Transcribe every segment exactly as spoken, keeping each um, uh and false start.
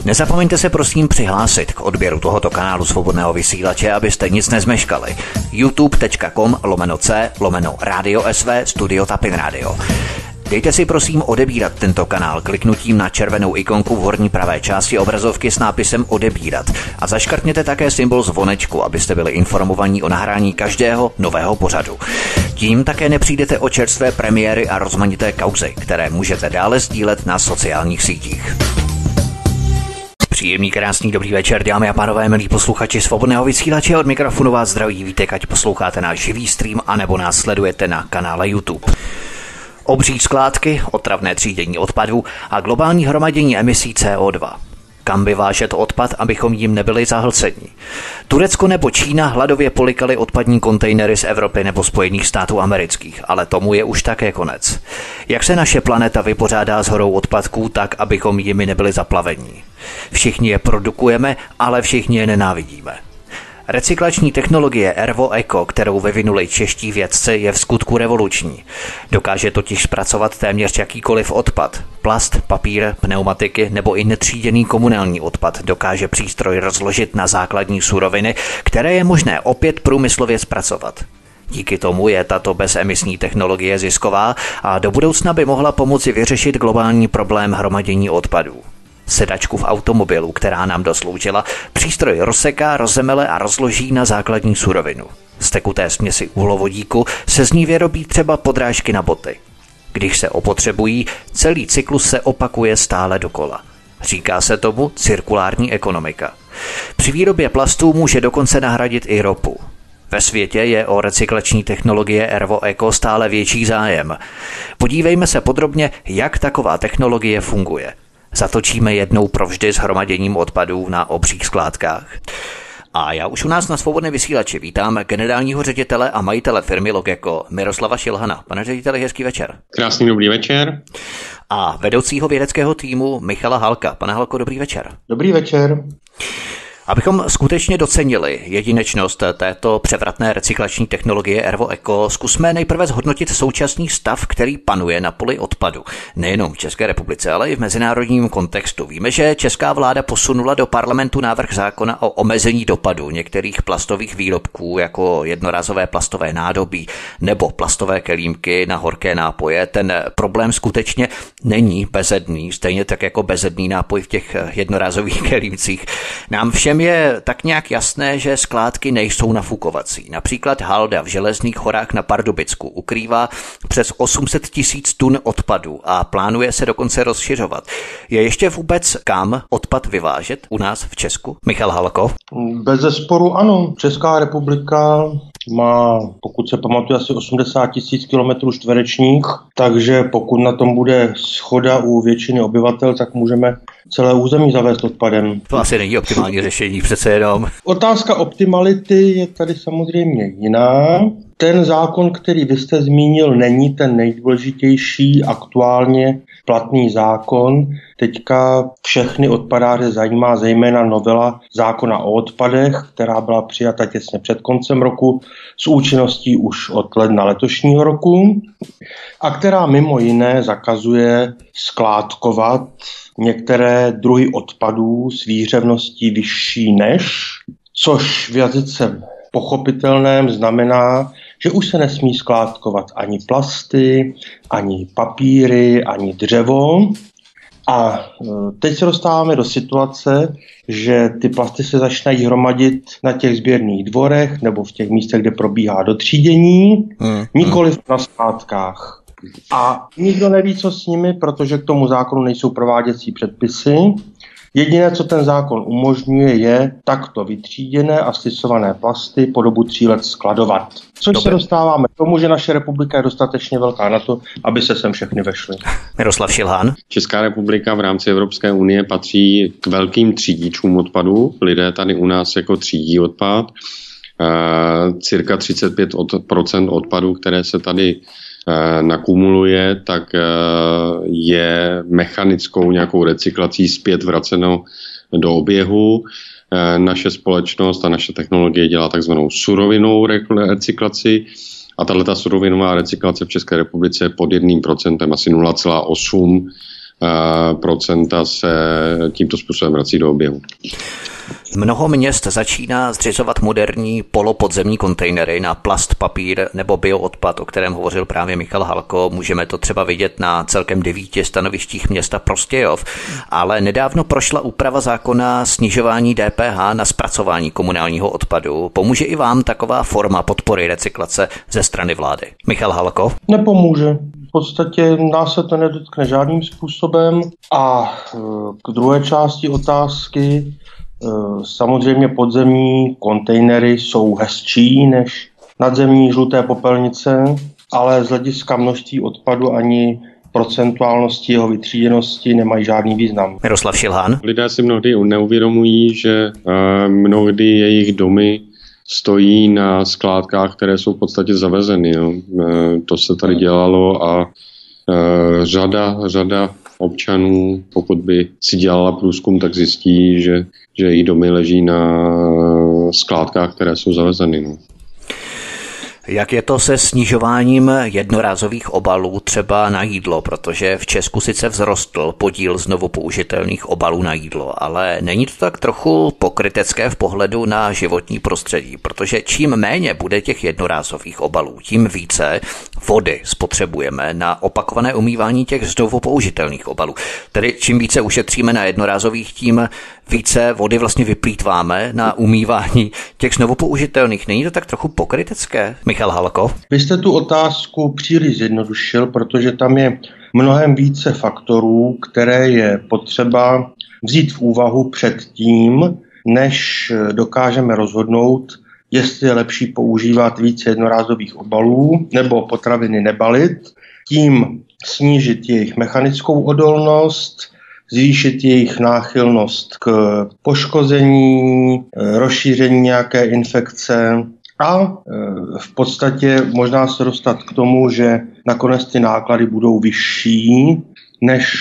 Nezapomeňte se prosím přihlásit k odběru tohoto kanálu Svobodného vysílače, abyste nic nezmeškali. youtube.com lomeno c lomeno Radio S V Studio Tapin Radio. Dejte si prosím odebírat tento kanál kliknutím na červenou ikonku v horní pravé části obrazovky s nápisem odebírat a zaškrtněte také symbol zvonečku, abyste byli informovaní o nahrání každého nového pořadu. Tím také nepřijdete o čerstvé premiéry a rozmanité kauzy, které můžete dále sdílet na sociálních sítích. Příjemný, krásný, dobrý večer, dámy a pánové, milí posluchači Svobodného vysílače, od mikrofonu vás zdraví Vítek, ať posloucháte náš živý stream, anebo nás sledujete na kanále YouTube. Obří skládky, otravné třídění odpadů a globální hromadění emisí C O dva. Kam vyvážet odpad, abychom jim nebyli zahlceni? Turecko nebo Čína hladově polikaly odpadní kontejnery z Evropy nebo Spojených států amerických, ale tomu je už také konec. Jak se naše planeta vypořádá s horou odpadků tak, abychom jimi nebyli zaplaveni? Všichni je produkujeme, ale všichni je nenávidíme. Recyklační technologie Ervo Eco, kterou vyvinuli čeští vědci, je v skutku revoluční. Dokáže totiž zpracovat téměř jakýkoliv odpad. Plast, papír, pneumatiky nebo i netříděný komunální odpad dokáže přístroj rozložit na základní suroviny, které je možné opět průmyslově zpracovat. Díky tomu je tato bezemisní technologie zisková a do budoucna by mohla pomoci vyřešit globální problém hromadění odpadů. Sedačku v automobilu, která nám dosloužila, přístroj rozseká, rozemele a rozloží na základní surovinu. Z tekuté směsi uhlovodíku se z ní vyrobí třeba podrážky na boty. Když se opotřebují, celý cyklus se opakuje stále dokola. Říká se tomu cirkulární ekonomika. Při výrobě plastů může dokonce nahradit i ropu. Ve světě je o recyklační technologie Ervo Eco stále větší zájem. Podívejme se podrobně, jak taková technologie funguje. Zatočíme jednou provždy s hromaděním odpadů na obřích skládkách. A já už u nás na Svobodné vysílači vítám generálního ředitele a majitele firmy Logeko Miroslava Šilhana. Pane řediteli, hezký večer. Krásný dobrý večer. A vedoucího vědeckého týmu Michala Halka. Pane Halko, dobrý večer. Dobrý večer. Abychom skutečně docenili jedinečnost této převratné recyklační technologie Ervo Eco, zkusme nejprve zhodnotit současný stav, který panuje na poli odpadu. Nejenom v České republice, ale i v mezinárodním kontextu. Víme, že česká vláda posunula do parlamentu návrh zákona o omezení dopadu některých plastových výrobků, jako jednorázové plastové nádobí nebo plastové kelímky na horké nápoje. Ten problém skutečně není bezedný, stejně tak jako bezedný nápoj v těch jednorázových kelímcích. Nám všem je tak nějak jasné, že skládky nejsou nafukovací. Například Halda v Železných horách na Pardubicku ukrývá přes osm set tisíc tun odpadu a plánuje se dokonce rozšiřovat. Je ještě vůbec kam odpad vyvážet u nás v Česku? Michal Halko? Bez zesporu ano. Česká republika má, pokud se pamatuju, asi osmdesát tisíc kilometrů čtverečních, takže pokud na tom bude shoda u většiny obyvatel, tak můžeme celé území zavést odpadem. To asi není optimální řešení, přece jenom. Otázka optimality je tady samozřejmě jiná. Ten zákon, který vy jste zmínil, není ten nejdůležitější aktuálně platný zákon. Teďka všechny odpadáře zajímá zejména novela zákona o odpadech, která byla přijata těsně před koncem roku s účinností už od ledna letošního roku a která mimo jiné zakazuje skládkovat některé druhy odpadů s výhřevností vyšší než, což v jazyce pochopitelném znamená, že už se nesmí skládkovat ani plasty, ani papíry, ani dřevo. A teď se dostáváme do situace, že ty plasty se začínají hromadit na těch sběrných dvorech nebo v těch místech, kde probíhá dotřídění, hmm. nikoliv na skládkách. A nikdo neví, co s nimi, protože k tomu zákonu nejsou prováděcí předpisy. Jediné, co ten zákon umožňuje, je takto vytříděné a slisované plasty po dobu tří let skladovat. Což Dobře. Se dostáváme k tomu, že naše republika je dostatečně velká na to, aby se sem všechny vešly. Miroslav Šilhan. Česká republika v rámci Evropské unie patří k velkým třídičům odpadu. Lidé tady u nás jako třídí odpad. E, cirka třicet pět procent odpadu, které se tady nakumuluje, tak je mechanickou nějakou recyklací zpět vraceno do oběhu. Naše společnost a naše technologie dělá takzvanou surovinou recyklaci a tato surovinová recyklace v České republice je pod jedním procentem, asi nula celá osm procenta se tímto způsobem vrací do oběhu. Mnoho měst začíná zřizovat moderní polopodzemní kontejnery na plast, papír nebo bioodpad, o kterém hovořil právě Michal Halko. Můžeme to třeba vidět na celkem devíti stanovištích města Prostějov, ale nedávno prošla úprava zákona snižování D P H na zpracování komunálního odpadu. Pomůže i vám taková forma podpory recyklace ze strany vlády? Michal Halko? Nepomůže. V podstatě nás se to nedotkne žádným způsobem. A k druhé části otázky, samozřejmě podzemní kontejnery jsou hezčí než nadzemní žluté popelnice, ale z hlediska množství odpadu ani procentuálnosti jeho vytříděnosti nemají žádný význam. Miroslav Šilhán. Lidé si mnohdy neuvědomují, že mnohdy jejich domy stojí na skládkách, které jsou v podstatě zavezeny. No. To se tady dělalo a řada, řada občanů, pokud by si dělala průzkum, tak zjistí, že, že jejich domy leží na skládkách, které jsou zavezeny. No. Jak je to se snižováním jednorázových obalů třeba na jídlo, protože v Česku sice vzrostl podíl znovu použitelných obalů na jídlo, ale není to tak trochu pokrytecké v pohledu na životní prostředí, protože čím méně bude těch jednorázových obalů, tím více vody spotřebujeme na opakované umývání těch znovu použitelných obalů. Tedy čím více ušetříme na jednorázových, tím více vody vlastně vyplýtváme na umývání těch znovu použitelných. Není to tak trochu pokrytecké? Michal Halko? Vy jste tu otázku příliš zjednodušil, protože tam je mnohem více faktorů, které je potřeba vzít v úvahu před tím, než dokážeme rozhodnout, jestli je lepší používat více jednorázových obalů nebo potraviny nebalit, tím snížit jejich mechanickou odolnost, zvýšit jejich náchylnost k poškození, rozšíření nějaké infekce a v podstatě možná se dostat k tomu, že nakonec ty náklady budou vyšší než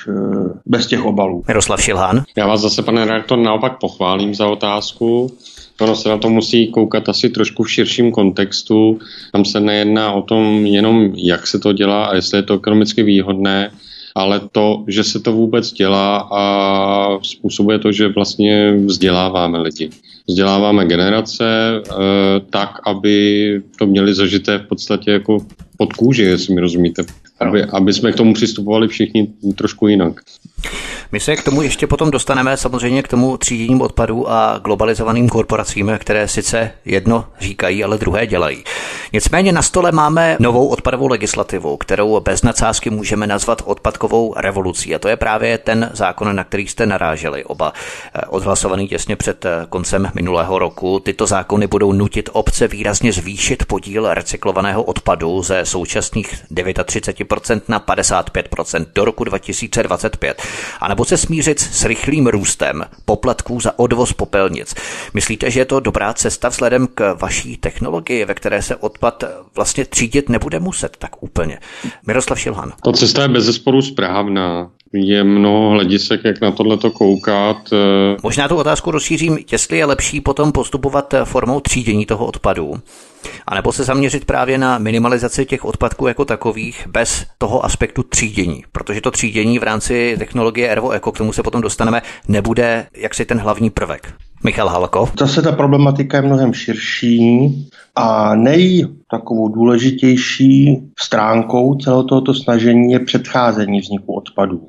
bez těch obalů. Miroslav Šilhán. Já vás zase, pane redaktor, naopak pochválím za otázku. Ono se na to musí koukat asi trošku v širším kontextu. Tam se nejedná o tom jenom, jak se to dělá a jestli je to ekonomicky výhodné, ale to, že se to vůbec dělá a způsobuje to, že vlastně vzděláváme lidi. Vzděláváme generace e, tak, aby to měli zažité v podstatě jako pod kůži, jestli mi rozumíte. Aby, aby jsme k tomu přistupovali všichni trošku jinak. My se k tomu ještě potom dostaneme, samozřejmě k tomu tříděním odpadů a globalizovaným korporacím, které sice jedno říkají, ale druhé dělají. Nicméně na stole máme novou odpadovou legislativu, kterou bez nadsázky můžeme nazvat odpadkovou revolucí. A to je právě ten zákon, na který jste naráželi, oba odhlasovaný těsně před koncem minulého roku. Tyto zákony budou nutit obce výrazně zvýšit podíl recyklovaného odpadu ze současných třicet devět procent na padesát pět procent do roku dva tisíce dvacet pět. A nebo se smířit s rychlým růstem poplatků za odvoz popelnic. Myslíte, že je to dobrá cesta vzhledem k vaší technologii, ve které se odpad vlastně třídit nebude muset tak úplně? Miroslav Šilhán. Ta cesta je bezesporu správná. Je mnoho hledisek, jak na tohleto koukat. Možná tu otázku rozšířím, jestli je lepší potom postupovat formou třídění toho odpadu, anebo se zaměřit právě na minimalizaci těch odpadků jako takových bez toho aspektu třídění, protože to třídění v rámci technologie Ervo Eco, k tomu se potom dostaneme, nebude jaksi ten hlavní prvek. Michal Halko. Zase ta problematika je mnohem širší a nej takovou důležitější stránkou celého tohoto snažení je předcházení vzniku odpadů.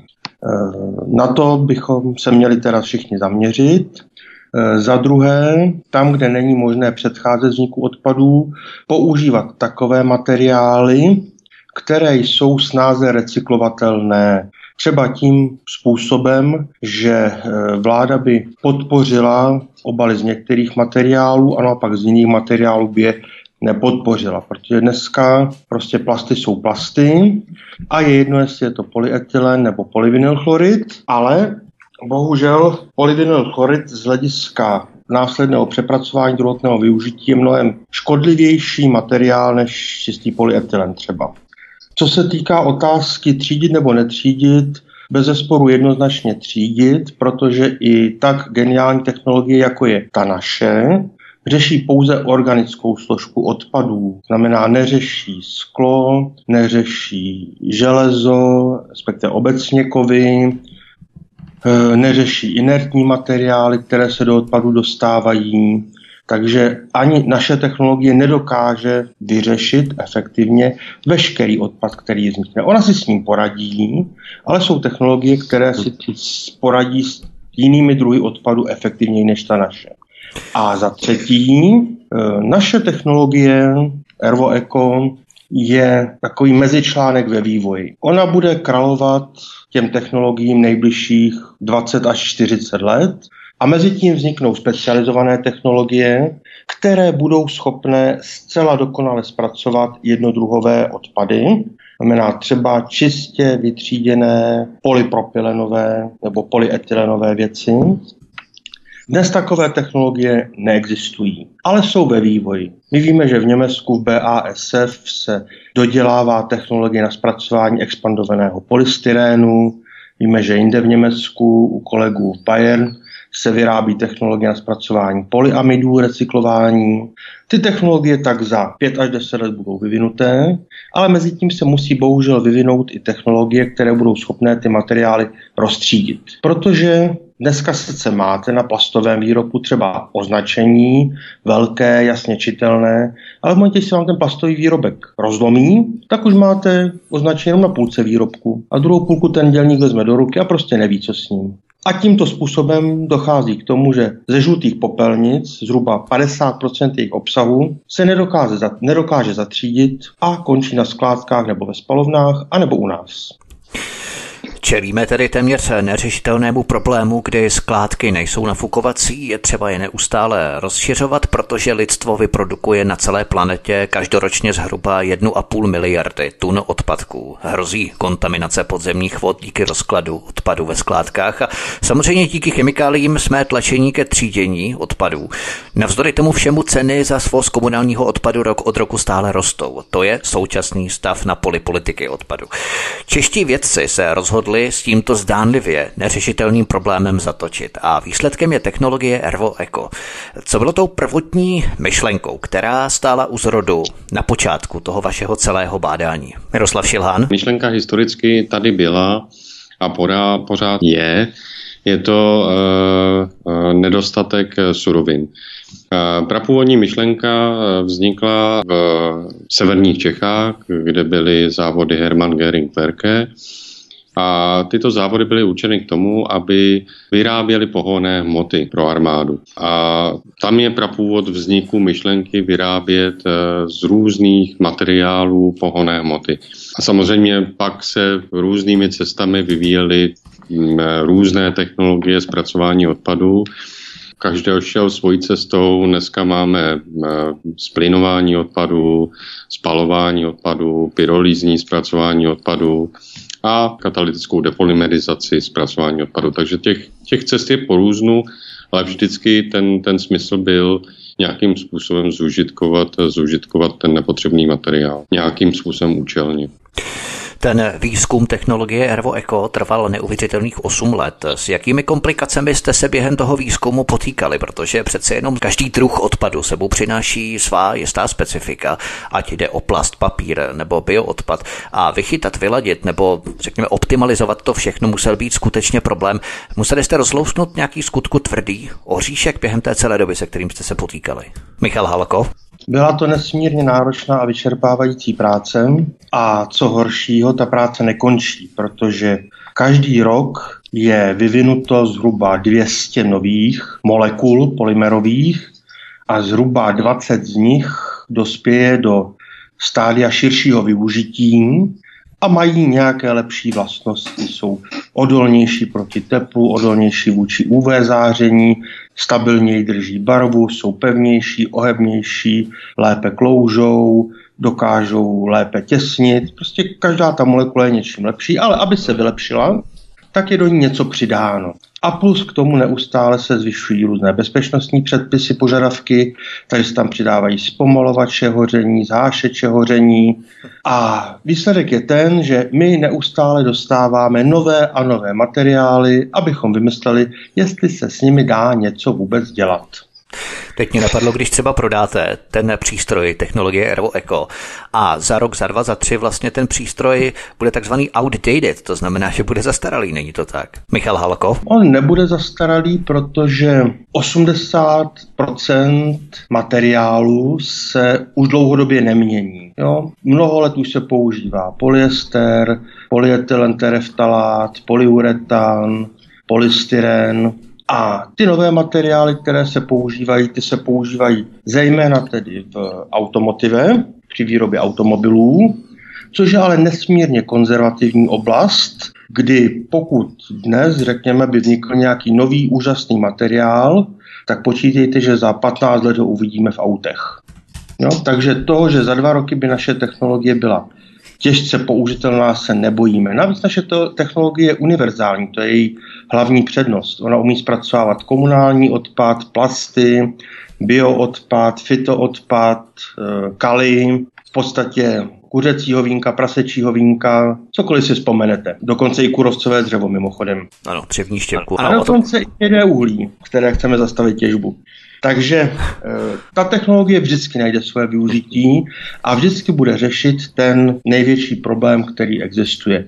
Na to bychom se měli teda všichni zaměřit. Za druhé, tam, kde není možné předcházet vzniku odpadů, používat takové materiály, které jsou snáze recyklovatelné. Třeba tím způsobem, že vláda by podpořila obaly z některých materiálů a naopak z jiných materiálů by je nepodpořila, protože dneska prostě plasty jsou plasty a je jedno, jestli je to polyetylen nebo polyvinylchlorid, ale bohužel polyvinylchlorid z hlediska následného přepracování druhotného využití je mnohem škodlivější materiál než čistý polyetylen třeba. Co se týká otázky třídit nebo netřídit, bezesporu jednoznačně třídit, protože i tak geniální technologie, jako je ta naše, řeší pouze organickou složku odpadů. Znamená, neřeší sklo, neřeší železo, respektive obecně kovy, neřeší inertní materiály, které se do odpadu dostávají. Takže ani naše technologie nedokáže vyřešit efektivně veškerý odpad, který vznikne. Ona si s ním poradí, ale jsou technologie, které si poradí s jinými druhy odpadu efektivněji než ta naše. A za třetí, naše technologie ErvoEco je takový mezičlánek ve vývoji. Ona bude královat těm technologiím nejbližších dvacet až čtyřicet let a mezi tím vzniknou specializované technologie, které budou schopné zcela dokonale zpracovat jednodruhové odpady, znamená třeba čistě vytříděné polypropylenové nebo polyetylenové věci. Dnes takové technologie neexistují, ale jsou ve vývoji. My víme, že v Německu v B A S F se dodělává technologie na zpracování expandovaného polystyrénu. Víme, že jinde v Německu u kolegů v Bayern se vyrábí technologie na zpracování polyamidů, recyklování. Ty technologie tak za pět až deset let budou vyvinuté, ale mezi tím se musí bohužel vyvinout i technologie, které budou schopné ty materiály roztřídit. Protože dneska sice máte na plastovém výrobku třeba označení, velké, jasně čitelné, ale v momentě, když se vám ten plastový výrobek rozlomí, tak už máte označení jenom na půlce výrobku a druhou půlku ten dělník vezme do ruky a prostě neví, co s ním. A tímto způsobem dochází k tomu, že ze žlutých popelnic zhruba padesát procent jejich obsahu se nedokáže, nedokáže zatřídit a končí na skládkách nebo ve spalovnách, anebo u nás. Čelíme tedy téměř neřešitelnému problému, kdy skládky nejsou nafukovací, je třeba je neustále rozšiřovat, protože lidstvo vyprodukuje na celé planetě každoročně zhruba jedna a půl miliardy tun odpadků. Hrozí kontaminace podzemních vod díky rozkladu odpadu ve skládkách a samozřejmě díky chemikáliím jsme tlačení ke třídění odpadů. Navzdory tomu všemu ceny za svoz komunálního odpadu rok od roku stále rostou. To je současný stav na poli politiky odpadu. Čeští vědci se rozhodli s tímto zdánlivě neřešitelným problémem zatočit a výsledkem je technologie ErvoEco. Co bylo tou prvotní myšlenkou, která stála u zrodu na počátku toho vašeho celého bádání? Miroslav Šilhán? Myšlenka historicky tady byla a podá, pořád je. Je to uh, uh, nedostatek surovin. Uh, prapůvodní myšlenka vznikla v severních Čechách, kde byly závody Hermann Göring-Werke. A tyto závody byly určeny k tomu, aby vyráběly pohonné hmoty pro armádu. A tam je prapůvod vzniku myšlenky vyrábět z různých materiálů pohonné hmoty. A samozřejmě pak se různými cestami vyvíjely různé technologie zpracování odpadů. Každý šel svojí cestou. Dneska máme splynování odpadů, spalování odpadů, pyrolýzní zpracování odpadů a katalytickou depolymerizaci zpracování odpadu. Takže těch, těch cest je po různu, ale vždycky ten, ten smysl byl nějakým způsobem zúžitkovat, zúžitkovat ten nepotřebný materiál. Nějakým způsobem účelně. Ten výzkum technologie ErvoEco trval neuvěřitelných osm let. S jakými komplikacemi jste se během toho výzkumu potýkali? Protože přece jenom každý druh odpadu sebou přináší svá jistá specifika, ať jde o plast, papír nebo bioodpad. A vychytat, vyladit nebo řekněme optimalizovat to všechno musel být skutečně problém. Museli jste rozlousknout nějaký skutku tvrdý oříšek během té celé doby, se kterým jste se potýkali? Michal Halko? Byla to nesmírně náročná a vyčerpávající práce a co horšího, ta práce nekončí, protože každý rok je vyvinuto zhruba dvě stě nových molekul polymerových a zhruba dvacet z nich dospěje do stádia širšího využití a mají nějaké lepší vlastnosti. Jsou odolnější proti teplu, odolnější vůči U V záření, stabilněji drží barvu, jsou pevnější, ohebnější, lépe kloužou, dokážou lépe těsnit. Prostě každá ta molekula je něčím lepší, ale aby se vylepšila, tak je do ní něco přidáno. A plus k tomu neustále se zvyšují různé bezpečnostní předpisy, požadavky, tady se tam přidávají zpomalovače hoření, zhášeče hoření. A výsledek je ten, že my neustále dostáváme nové a nové materiály, abychom vymysleli, jestli se s nimi dá něco vůbec dělat. Teď mě napadlo, když třeba prodáte ten přístroj technologie ErvoEco a za rok, za dva, za tři vlastně ten přístroj bude takzvaný outdated, to znamená, že bude zastaralý, není to tak? Michal Halko? On nebude zastaralý, protože osmdesát procent materiálu se už dlouhodobě nemění. Jo? Mnoho let už se používá polyester, polyetylen tereftalát, polyuretan, polystyren. A ty nové materiály, které se používají, ty se používají zejména tedy v automotive, při výrobě automobilů, což je ale nesmírně konzervativní oblast, kdy pokud dnes, řekněme, by vznikl nějaký nový úžasný materiál, tak počítejte, že za patnáct let ho uvidíme v autech. Jo? Takže toho, že za dva roky by naše technologie byla těžce použitelná, se nebojíme. Navíc naše to, technologie je univerzální, to je její hlavní přednost. Ona umí zpracovávat komunální odpad, plasty, bioodpad, fytoodpad, kali, v podstatě kuřecího vínka, prasečího vínka, cokoliv si vzpomenete. Dokonce i kůrovcové dřevo mimochodem. Ano, dřevní štěpku. A dokonce i hnědé uhlí, které chceme zastavit těžbu. Takže ta technologie vždycky najde své využití a vždycky bude řešit ten největší problém, který existuje,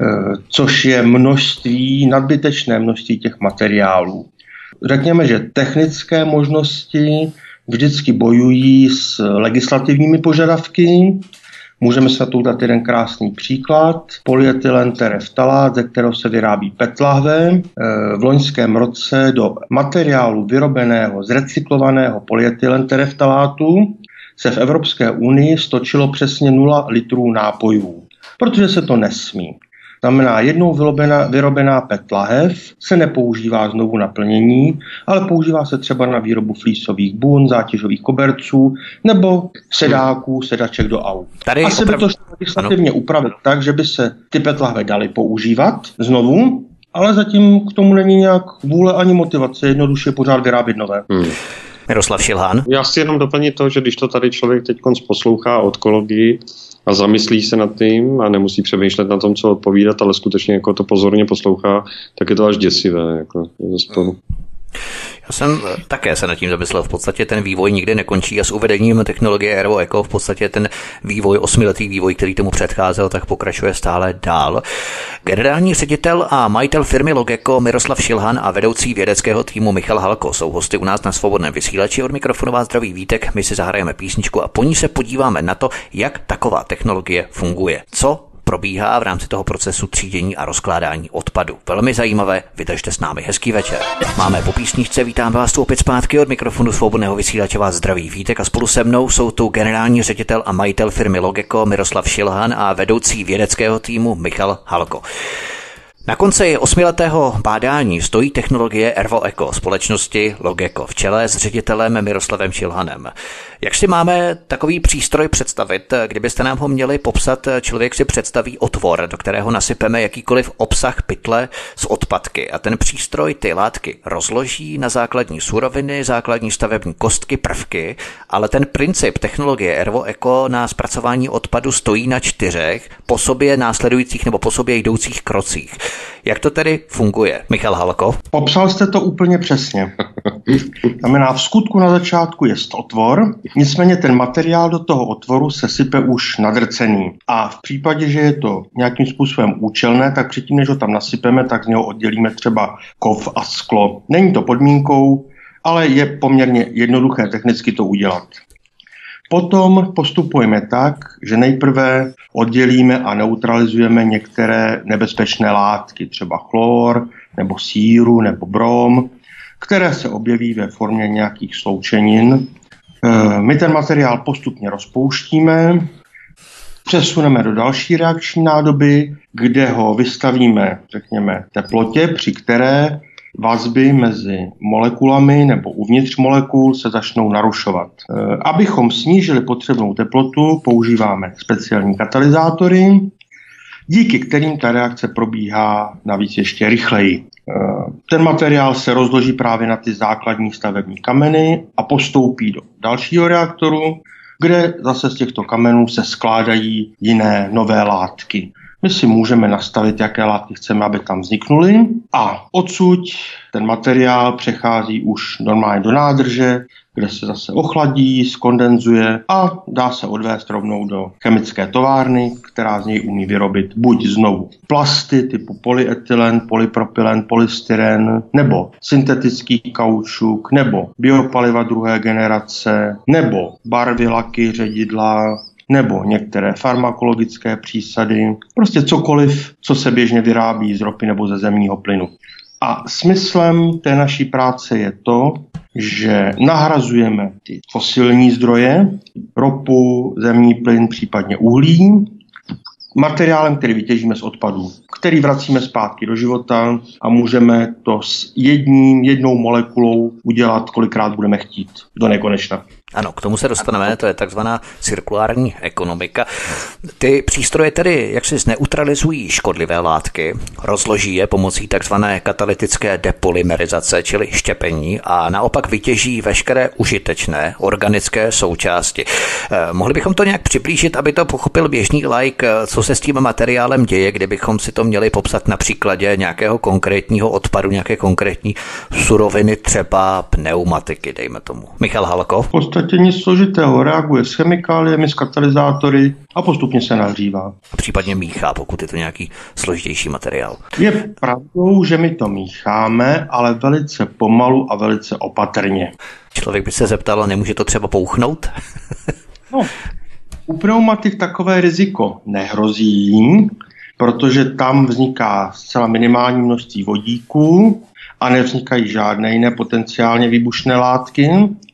což je množství, nadbytečné množství těch materiálů. Řekněme, že technické možnosti vždycky bojují s legislativními požadavky. Můžeme se na to dát jeden krásný příklad. Polyetylen tereftalát, ze kterého se vyrábí pet lahve. V loňském roce do materiálu vyrobeného z recyklovaného polyetylen tereftalátu se v Evropské unii stočilo přesně nula litrů nápojů, protože se to nesmí. Znamená, jednou vyrobená, vyrobená pet lahev se nepoužívá znovu na plnění, ale používá se třeba na výrobu flísových bun, zátěžových koberců nebo sedáků, sedaček do aut. Tady Asi opravdu... by to legislativně upravit tak, že by se ty pet lahve daly používat znovu, ale zatím k tomu není nějak vůle ani motivace, jednoduše pořád vyrábět nové. Hmm. Miroslav Šilhán. Já chci jenom doplnit to, že když to tady člověk teď poslouchá o ekologii a zamyslí se nad tím a nemusí přemýšlet na tom, co odpovídat, ale skutečně jako to pozorně poslouchá, tak je to až děsivé. Jako ze spodu. Já jsem také se nad tím zamyslel. V podstatě ten vývoj nikdy nekončí a s uvedením technologie ErvoEco v podstatě ten vývoj, osmiletý vývoj, který tomu předcházel, tak pokračuje stále dál. Generální ředitel a majitel firmy Logeco Miroslav Šilhan a vedoucí vědeckého týmu Michal Halko jsou hosty u nás na Svobodném vysílači. Od mikrofonu vás zdraví Vítek, my si zahrajeme písničku a po ní se podíváme na to, jak taková technologie funguje. Co probíhá v rámci toho procesu třídění a rozkládání odpadu. Velmi zajímavé, vydržte s námi. Hezký večer. Máme po písničce, vítám vás tu opět zpátky od mikrofonu Svobodného vysílače vás zdraví Vítek a spolu se mnou jsou tu generální ředitel a majitel firmy Logeco Miroslav Šilhan a vedoucí vědeckého týmu Michal Halko. Na konci osmiletého bádání stojí technologie ErvoEco společnosti Logeco v čele s ředitelem Miroslavem Šilhanem. Jak si máme takový přístroj představit, kdybyste nám ho měli popsat? Člověk si představí otvor, do kterého nasypeme jakýkoliv obsah pytle s odpadky a ten přístroj ty látky rozloží na základní suroviny, základní stavební kostky, prvky, ale ten princip technologie ErvoEco na zpracování odpadu stojí na čtyřech po sobě následujících nebo po sobě jdoucích krocích. Jak to tedy funguje? Michal Halko? Popsal jste to úplně přesně. Znamená, v skutku na začátku je otvor, nicméně ten materiál do toho otvoru se sype už nadrcený. A v případě, že je to nějakým způsobem účelné, tak předtím, než ho tam nasypeme, tak z něho oddělíme třeba kov a sklo. Není to podmínkou, ale je poměrně jednoduché technicky to udělat. Potom postupujeme tak, že nejprve oddělíme a neutralizujeme některé nebezpečné látky, třeba chlor, nebo síru, nebo brom, které se objeví ve formě nějakých sloučenin. My ten materiál postupně rozpouštíme, přesuneme do další reakční nádoby, kde ho vystavíme, řekněme, teplotě, při které vazby mezi molekulami nebo uvnitř molekul se začnou narušovat. Abychom snížili potřebnou teplotu, používáme speciální katalyzátory, díky kterým ta reakce probíhá navíc ještě rychleji. Ten materiál se rozloží právě na ty základní stavební kameny a postoupí do dalšího reaktoru, kde zase z těchto kamenů se skládají jiné nové látky. My si můžeme nastavit, jaké látky chceme, aby tam vzniknuly, a odsud ten materiál přechází už normálně do nádrže, kde se zase ochladí, skondenzuje a dá se odvést rovnou do chemické továrny, která z něj umí vyrobit buď znovu plasty typu polyetylen, polypropylen, polystyren, nebo syntetický kaučuk, nebo biopaliva druhé generace, nebo barvy, laky, ředidla, nebo některé farmakologické přísady, prostě cokoliv, co se běžně vyrábí z ropy nebo ze zemního plynu. A smyslem té naší práce je to, že nahrazujeme ty fosilní zdroje, ropu, zemní plyn, případně uhlí, materiálem, který vytěžíme z odpadů, který vracíme zpátky do života a můžeme to s jedním, jednou molekulou udělat, kolikrát budeme chtít, do nekonečna. Ano, k tomu se dostaneme, to je takzvaná cirkulární ekonomika. Ty přístroje tedy jaksi zneutralizují škodlivé látky, rozloží je pomocí takzvané katalytické depolymerizace, čili štěpení, a naopak vytěží veškeré užitečné organické součásti. Eh, mohli bychom to nějak přiblížit, aby to pochopil běžný laik, co se s tím materiálem děje, kdybychom si to měli popsat na příkladě nějakého konkrétního odpadu, nějaké konkrétní suroviny, třeba pneumatiky, dejme tomu. Michal Halko. V podstatě nic složitého, reaguje s chemikáliemi, s katalyzátory a postupně se nahřívá. A případně míchá, pokud je to nějaký složitější materiál. Je pravdou, že my to mícháme, ale velice pomalu a velice opatrně. Člověk by se zeptal, nemůže to třeba pouchnout? No, u pneumatik takové riziko nehrozí, protože tam vzniká zcela minimální množství vodíků a nevznikají žádné jiné potenciálně výbušné látky.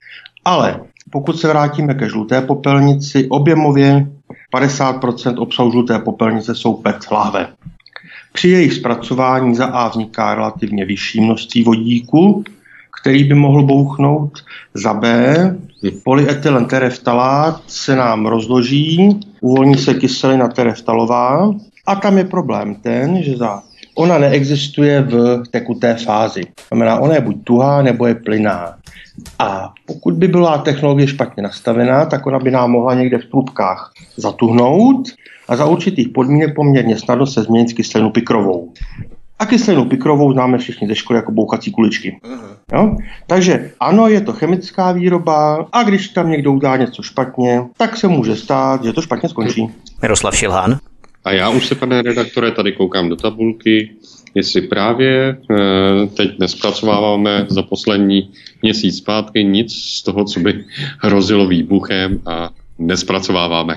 Ale pokud se vrátíme ke žluté popelnici, objemově padesát procent obsahu žluté popelnice jsou P E T lahve. Při jejich zpracování za A vzniká relativně vyšší množství vodíku, který by mohl bouchnout. Za B polyetylen tereftalát se nám rozloží, uvolní se kyselina tereftalová a tam je problém ten, že za ona neexistuje v tekuté fázi. Znamená, ona je buď tuhá, nebo je plynná. A pokud by byla technologie špatně nastavená, tak ona by nám mohla někde v trubkách zatuhnout a za určitých podmínek poměrně snadno se změnit kyselinu pikrovou. A kyselinu pikrovou známe všichni ze školy jako bouchací kuličky. Jo? Takže ano, je to chemická výroba a když tam někdo udá něco špatně, tak se může stát, že to špatně skončí. Miroslav Šilhán. A já už se, pane redaktore, tady koukám do tabulky, jestli právě e, teď nespracováváme za poslední měsíc zpátky nic z toho, co by hrozilo výbuchem, a nespracováváme.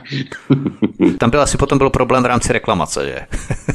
Tam byl asi potom byl problém v rámci reklamace, že?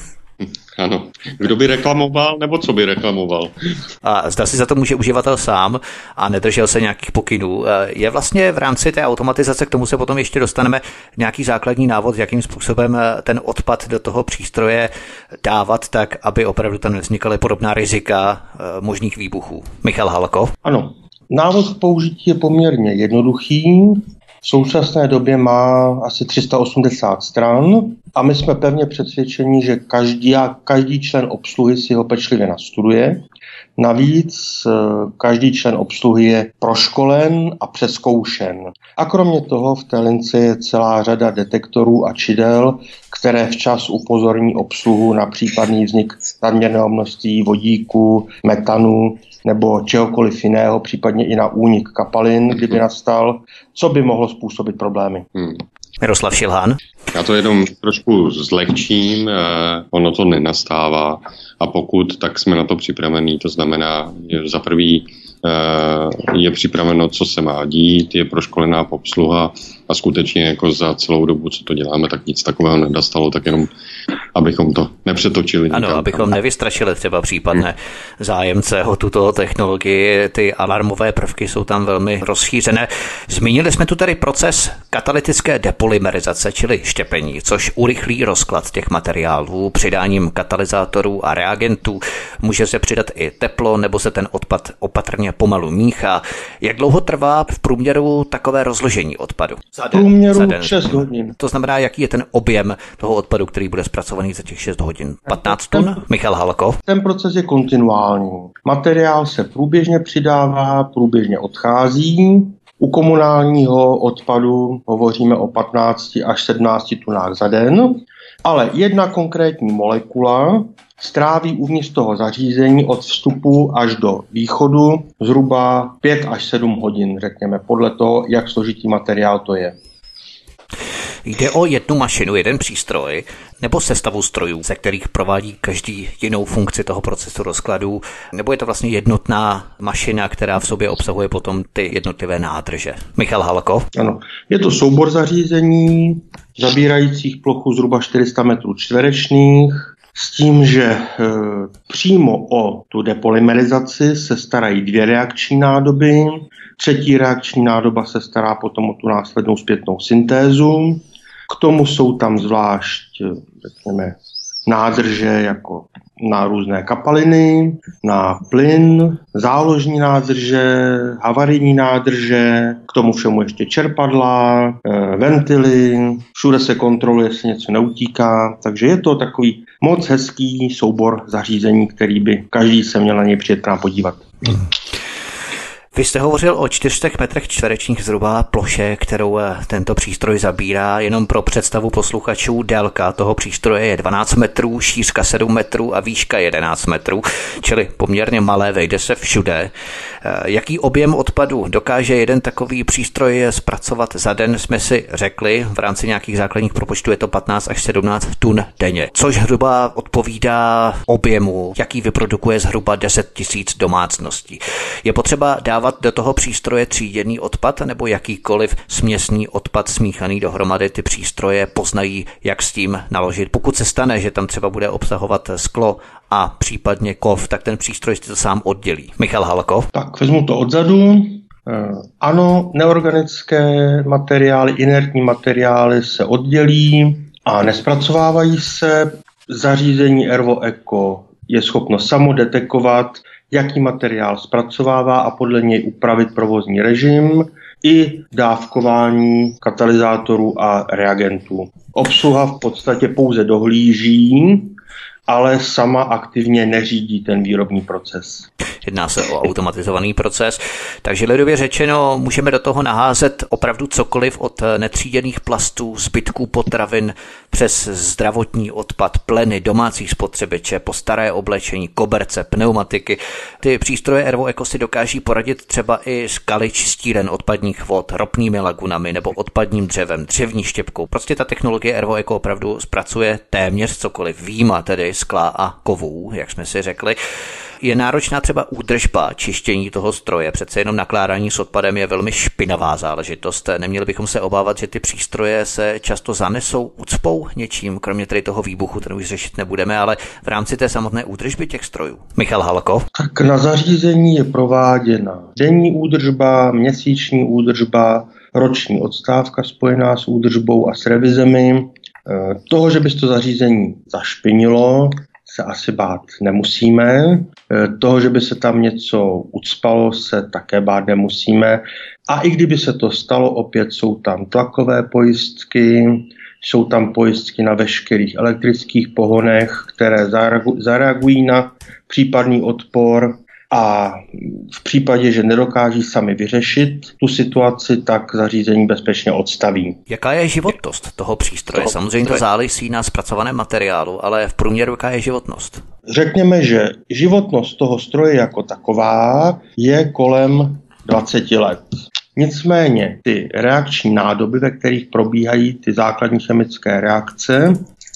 Ano. Kdo by reklamoval, nebo co by reklamoval? A zda si za to může uživatel sám a nedržel se nějakých pokynů. Je vlastně v rámci té automatizace, k tomu se potom ještě dostaneme, nějaký základní návod, jakým způsobem ten odpad do toho přístroje dávat tak, aby opravdu tam nevznikaly podobná rizika možných výbuchů. Michal Halko. Ano. Návod k použití je poměrně jednoduchý. V současné době má asi tři sta osmdesát stran a my jsme pevně přesvědčeni, že každý, každý člen obsluhy si ho pečlivě nastuduje. Navíc každý člen obsluhy je proškolen a přezkoušen. A kromě toho v té lince je celá řada detektorů a čidel, které včas upozorní obsluhu na případný vznik nadměrného množství vodíku, metanu nebo čehokoliv jiného, případně i na únik kapalin, kdyby nastal, co by mohlo způsobit problémy. Hmm. Miroslav Šilhán. Já to jenom trošku zlehčím, eh, ono to nenastává a pokud, tak jsme na to připravení, to znamená, že za prvý eh, je připraveno, co se má dít, je proškolená obsluha a skutečně jako za celou dobu, co to děláme, tak nic takového nedostalo, tak jenom abychom to nepřetočili. Ano, nikam. Abychom nevystrašili třeba případné zájemce o tuto technologii, ty alarmové prvky jsou tam velmi rozšířené. Zmínili jsme tu tady proces katalytické depolymerizace, čili štěpení, což urychlí rozklad těch materiálů přidáním katalyzátorů a reagentů. Může se přidat i teplo, nebo se ten odpad opatrně pomalu míchá. Jak dlouho trvá v průměru takové rozložení odpadu? V průměru šest hodin. To znamená, jaký je ten objem toho odpadu, který bude zpracovaný za těch šest hodin? patnáct tun? Michal Halko. Ten proces je kontinuální. Materiál se průběžně přidává, průběžně odchází. U komunálního odpadu hovoříme o patnácti až sedmnácti tunách za den. Ale jedna konkrétní molekula stráví uvnitř toho zařízení od vstupu až do východu zhruba pět až sedm hodin, řekněme, podle toho, jak složitý materiál to je. Jde o jednu mašinu, jeden přístroj, nebo sestavu strojů, ze kterých provádí každý jinou funkci toho procesu rozkladu, nebo je to vlastně jednotná mašina, která v sobě obsahuje potom ty jednotlivé nádrže? Michal Halko? Ano, je to soubor zařízení, zabírajících plochu zhruba čtyři sta metrů čtverečných, s tím, že e, přímo o tu depolymerizaci se starají dvě reakční nádoby, třetí reakční nádoba se stará potom o tu následnou zpětnou syntézu. K tomu jsou tam zvlášť, řekněme, nádrže jako na různé kapaliny, na plyn, záložní nádrže, havarijní nádrže, k tomu všemu ještě čerpadla, ventily, všude se kontroluje, jestli něco neutíká, takže je to takový moc hezký soubor zařízení, který by každý se měl na něj přijet nám podívat. Hmm. Vy jste hovořil o čtyřstech metrech čtverečních zhruba ploše, kterou tento přístroj zabírá. Jenom pro představu posluchačů, délka toho přístroje je dvanáct metrů, šířka sedm metrů a výška jedenáct metrů, čili poměrně malé, vejde se všude. Jaký objem odpadu dokáže jeden takový přístroj zpracovat za den, jsme si řekli, v rámci nějakých základních propočtů je to patnáct až sedmnáct tun denně, což hruba odpovídá objemu, jaký vyprodukuje zhruba deset tisíc domácností. Je potřeba dávat do toho přístroje tříděný odpad nebo jakýkoliv směsný odpad smíchaný dohromady, ty přístroje poznají, jak s tím naložit. Pokud se stane, že tam třeba bude obsahovat sklo a případně kov, tak ten přístroj si to sám oddělí. Michal Halko? Tak vezmu to odzadu. Ano, neorganické materiály, inertní materiály se oddělí a nespracovávají se. Zařízení Ervo Eco je schopno samo detekovat, jaký materiál zpracovává a podle něj upravit provozní režim i dávkování katalyzátorů a reagentů. Obsluha v podstatě pouze dohlíží, ale sama aktivně neřídí ten výrobní proces. Jedná se o automatizovaný proces, takže lidově řečeno můžeme do toho naházet opravdu cokoliv od netříděných plastů, zbytků potravin, přes zdravotní odpad, pleny, domácí spotřebiče, po staré oblečení, koberce, pneumatiky. Ty přístroje Ervo Eco si dokáží poradit třeba i s kalič stílen odpadních vod, ropnými lagunami nebo odpadním dřevem, dřevní štěpkou. Prostě ta technologie Ervo Eco opravdu zpracuje téměř cokoliv, výjima tedy skla a kovů, jak jsme si řekli. Je náročná třeba údržba, čištění toho stroje, přece jenom nakládání s odpadem je velmi špinavá záležitost. Neměli bychom se obávat, že ty přístroje se často zanesou, ucpou něčím, kromě tedy toho výbuchu, ten už řešit nebudeme, ale v rámci té samotné údržby těch strojů. Michal Halko? Tak na zařízení je prováděna denní údržba, měsíční údržba, roční odstávka spojená s údržbou a s revizemi. Toho, že by to zařízení zašpinilo, se asi bát nemusíme. Toho, že by se tam něco ucpalo, se také bát nemusíme. A i kdyby se to stalo, opět jsou tam tlakové pojistky, jsou tam pojistky na veškerých elektrických pohonech, které zareagují na případný odpor. A v případě, že nedokáží sami vyřešit tu situaci, tak zařízení bezpečně odstaví. Jaká je životnost toho přístroje? To, Samozřejmě to závisí na zpracovaném materiálu, ale v průměru jaká je životnost? Řekněme, že životnost toho stroje jako taková je kolem dvacet let. Nicméně ty reakční nádoby, ve kterých probíhají ty základní chemické reakce,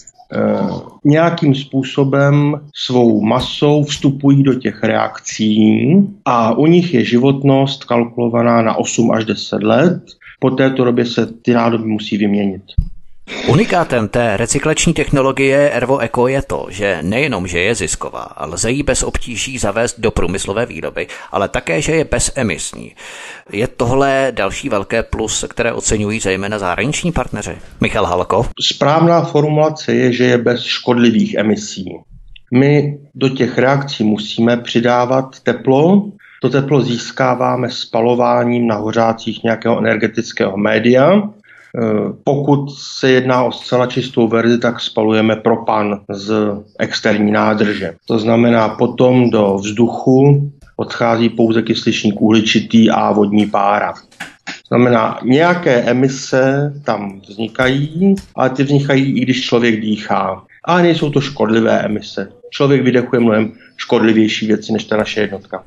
nějakým způsobem svou masou vstupují do těch reakcí a u nich je životnost kalkulovaná na osm až deset let. Po této době se ty nádoby musí vyměnit. Unikátem té recyklační technologie Ervo Eco je to, že nejenom, že je zisková, ale lze ji bez obtíží zavést do průmyslové výroby, ale také, že je bezemisní. Je tohle další velké plus, které oceňují zejména zahraniční partneři? Michal Halko? Správná formulace je, že je bez škodlivých emisí. My do těch reakcí musíme přidávat teplo. To teplo získáváme spalováním na hořácích nějakého energetického média. Pokud se jedná o zcela čistou verzi, tak spalujeme propan z externí nádrže. To znamená, potom do vzduchu odchází pouze kysličník uhličitý a vodní pára. Znamená, nějaké emise tam vznikají, ale ty vznikají, i když člověk dýchá. Ale nejsou to škodlivé emise. Člověk vydechuje mnohem škodlivější věci než ta naše jednotka.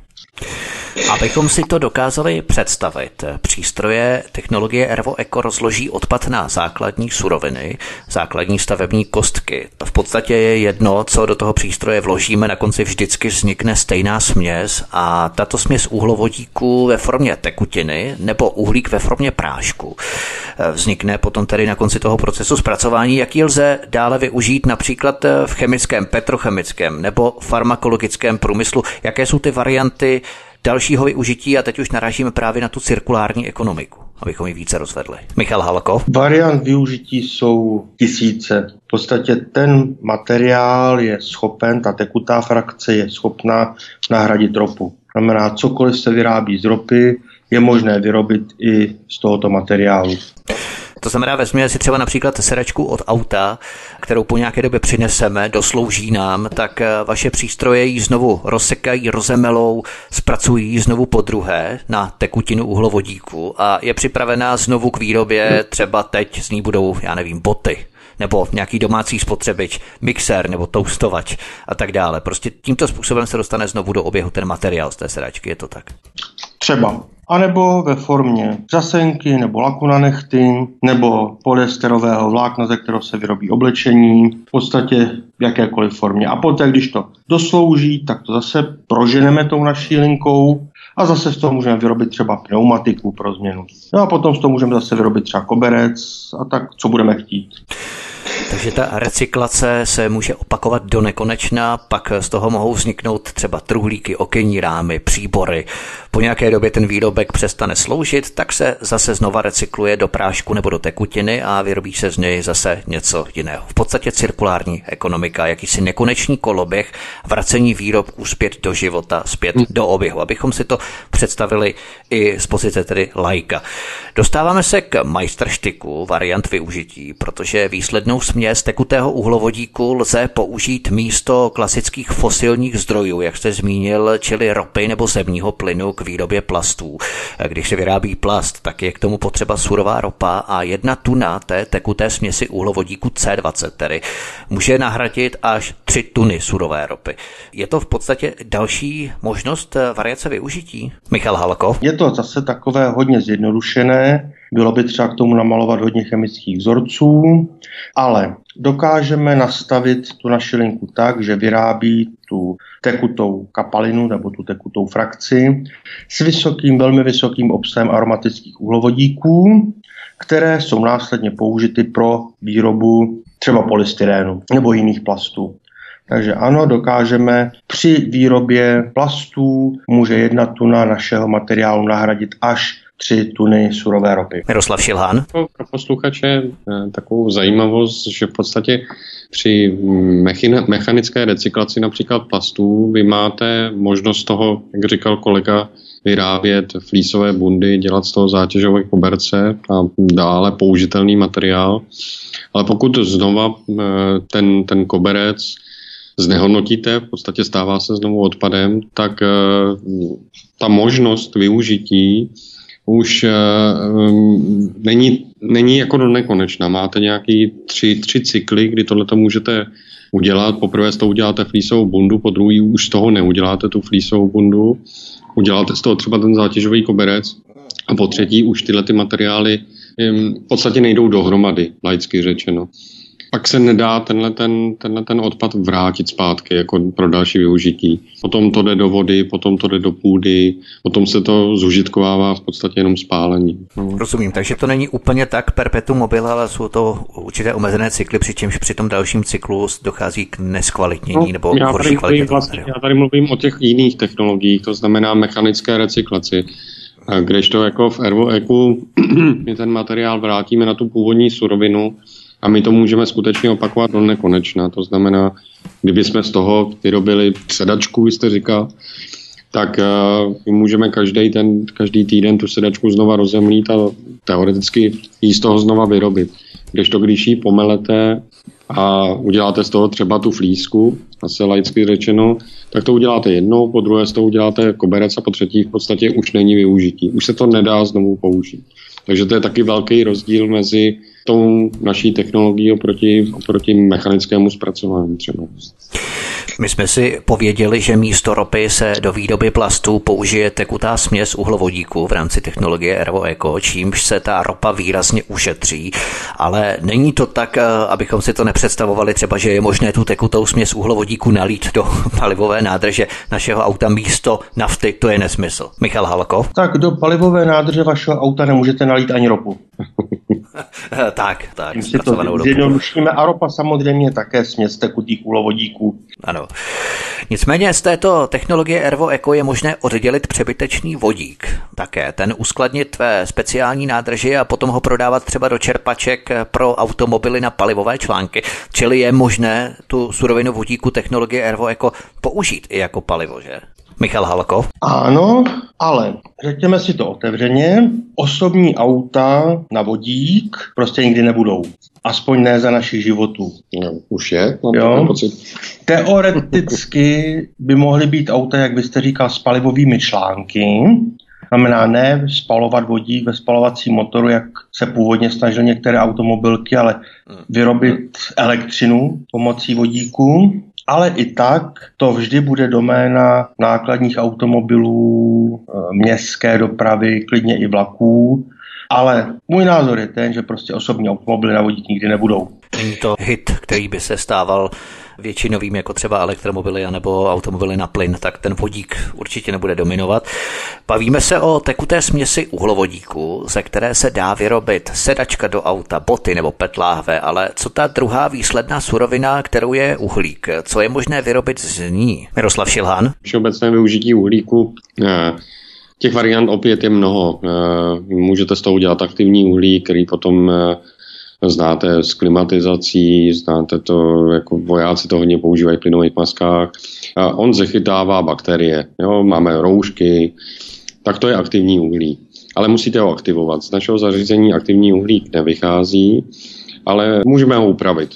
Abychom si to dokázali představit, přístroje technologie ErvoEco rozloží odpad na základní suroviny, základní stavební kostky. V podstatě je jedno, co do toho přístroje vložíme, na konci vždycky vznikne stejná směs a tato směs uhlovodíku ve formě tekutiny nebo uhlík ve formě prášku vznikne potom tedy na konci toho procesu zpracování, jaký lze dále využít například v chemickém, petrochemickém nebo farmakologickém průmyslu. Jaké jsou ty varianty dalšího využití a teď už narážíme právě na tu cirkulární ekonomiku, abychom ji více rozvedli. Michal Halko. Variant využití jsou tisíce. V podstatě ten materiál je schopen, ta tekutá frakce je schopná nahradit ropu. Znamená, cokoliv se vyrábí z ropy, je možné vyrobit i z tohoto materiálu. To znamená, vezměme si třeba například sedačku od auta, kterou po nějaké době přineseme, doslouží nám, tak vaše přístroje ji znovu rozsekají, rozemelou, zpracují ji znovu podruhé na tekutinu uhlovodíku a je připravená znovu k výrobě, třeba teď z ní budou, já nevím, boty, nebo nějaký domácí spotřebič, mixér nebo toustovač a tak dále. Prostě tímto způsobem se dostane znovu do oběhu ten materiál z té sedačky, je to tak? Třeba. A nebo ve formě řasenky, nebo laku na nehty, nebo polyesterového vlákna, ze kterého se vyrobí oblečení, v podstatě v jakékoliv formě. A poté, když to doslouží, tak to zase proženeme tou naší linkou a zase z toho můžeme vyrobit třeba pneumatiku pro změnu. No a potom z toho můžeme zase vyrobit třeba koberec a tak, co budeme chtít. Takže ta recyklace se může opakovat do nekonečna, pak z toho mohou vzniknout třeba truhlíky, okenní rámy, příbory. Po nějaké době ten výrobek přestane sloužit, tak se zase znova recykluje do prášku nebo do tekutiny a vyrobí se z něj zase něco jiného. V podstatě cirkulární ekonomika, jakýsi nekonečný koloběh, vracení výrobků zpět do života, zpět do oběhu, abychom si to představili i z pozice tedy laika. Dostáváme se k majstrštyku variant využití, protože výslednou směs tekutého uhlovodíku lze použít místo klasických fosilních zdrojů, jak jste zmínil, čili ropy nebo zemního plynu k výrobě plastů. Když se vyrábí plast, tak je k tomu potřeba surová ropa a jedna tuna té tekuté směsi uhlovodíku C dvacet tedy může nahradit až tři tuny surové ropy. Je to v podstatě další možnost variace využití? Michal Halko. Je to zase takové hodně zjednodušené. Bylo by třeba k tomu namalovat hodně chemických vzorců, ale dokážeme nastavit tu naši linku tak, že vyrábí tu tekutou kapalinu nebo tu tekutou frakci s vysokým, velmi vysokým obsahem aromatických uhlovodíků, které jsou následně použity pro výrobu třeba polystyrénu nebo jiných plastů. Takže ano, dokážeme při výrobě plastů může jedna tuna našeho materiálu nahradit až tři tuny surové ropy. Miroslav Šilhán. Pro posluchače takovou zajímavost, že v podstatě při mechanické recyklaci například plastů vy máte možnost toho, jak říkal kolega, vyrábět flísové bundy, dělat z toho zátěžové koberce a dále použitelný materiál. Ale pokud znova ten, ten koberec znehodnotíte, v podstatě stává se znovu odpadem, tak ta možnost využití už uh, není, není jako do nekonečna. Máte nějaký tři, tři cykly, kdy tohleto můžete udělat. Poprvé z toho uděláte flísovou bundu, po druhý už z toho neuděláte tu flísovou bundu. Uděláte z toho třeba ten zátěžový koberec a po třetí už tyhle ty materiály um, v podstatě nejdou dohromady, laicky řečeno. Pak se nedá tenhle ten, tenhle ten odpad vrátit zpátky jako pro další využití. Potom to jde do vody, potom to jde do půdy, potom se to zužitkovává v podstatě jenom spálením. No. Rozumím, takže to není úplně tak perpetuum mobile, ale jsou to určité omezené cykly, přičemž při tom dalším cyklu dochází k neskvalitnění no, nebo já horší kvalitě. Vlastně, já tady mluvím o těch jiných technologiích, to znamená mechanické recyklaci. Kdežto jako v ErvoEcu my ten materiál vrátíme na tu původní surovinu, a my to můžeme skutečně opakovat do nekonečna. To znamená, kdyby jsme z toho vyrobili sedačku, vy jste říkal, tak uh, můžeme každý ten, každý týden tu sedačku znova rozemlít a teoreticky ji z toho znova vyrobit. Kdežto když ji pomelete a uděláte z toho třeba tu flísku, asi laicky řečeno, tak to uděláte jednou, po druhé z toho uděláte koberec a po třetí v podstatě už není využití. Už se to nedá znovu použít. Takže to je taky velký rozdíl mezi tou naší technologií oproti, oproti mechanickému zpracování třeba. My jsme si pověděli, že místo ropy se do výroby plastů použije tekutá směs uhlovodíku v rámci technologie ErvoEco, čímž se ta ropa výrazně ušetří. Ale není to tak, abychom si to nepředstavovali třeba, že je možné tu tekutou směs uhlovodíku nalít do palivové nádrže našeho auta místo nafty, to je nesmysl. Michal Halko? Tak do palivové nádrže vašeho auta nemůžete nalít ani ropu. tak, tak. Tím si to zjednodušíme a ropa samozřejmě také směs tekutých uhlovodíků. Ano. Nicméně z této technologie ErvoEco je možné oddělit přebytečný vodík. Také ten uskladnit ve speciální nádrži a potom ho prodávat třeba do čerpaček pro automobily na palivové články. Čili je možné tu surovinu vodíku technologie ErvoEco použít i jako palivo, že? Michal Halko? Ano, ale řekněme si to otevřeně, osobní auta na vodík prostě nikdy nebudou. Aspoň ne za našich životů. No, už je, mám pocit. Teoreticky by mohly být auta, jak byste říkal, s palivovými články. Znamená ne spalovat vodík ve spalovacím motoru, jak se původně snažil některé automobilky, ale vyrobit elektřinu pomocí vodíku. Ale i tak to vždy bude doména nákladních automobilů, městské dopravy, klidně i vlaků. Ale můj názor je ten, že prostě osobní automobily na vodík nikdy nebudou. Není to hit, který by se stával většinovým, jako třeba elektromobily anebo automobily na plyn, tak ten vodík určitě nebude dominovat. Bavíme se o tekuté směsi uhlovodíku, ze které se dá vyrobit sedačka do auta, boty nebo pet láhve, ale co ta druhá výsledná surovina, kterou je uhlík? Co je možné vyrobit z ní? Miroslav Šilhán? Všeobecné využití uhlíku. Ne. Těch variant opět je mnoho. Můžete z toho udělat aktivní uhlík, který potom znáte s klimatizací, znáte to, jako vojáci to hodně používají v plynových maskách. On zachytává bakterie. Jo? Máme roušky, tak to je aktivní uhlík. Ale musíte ho aktivovat. Z našeho zařízení aktivní uhlík nevychází, ale můžeme ho upravit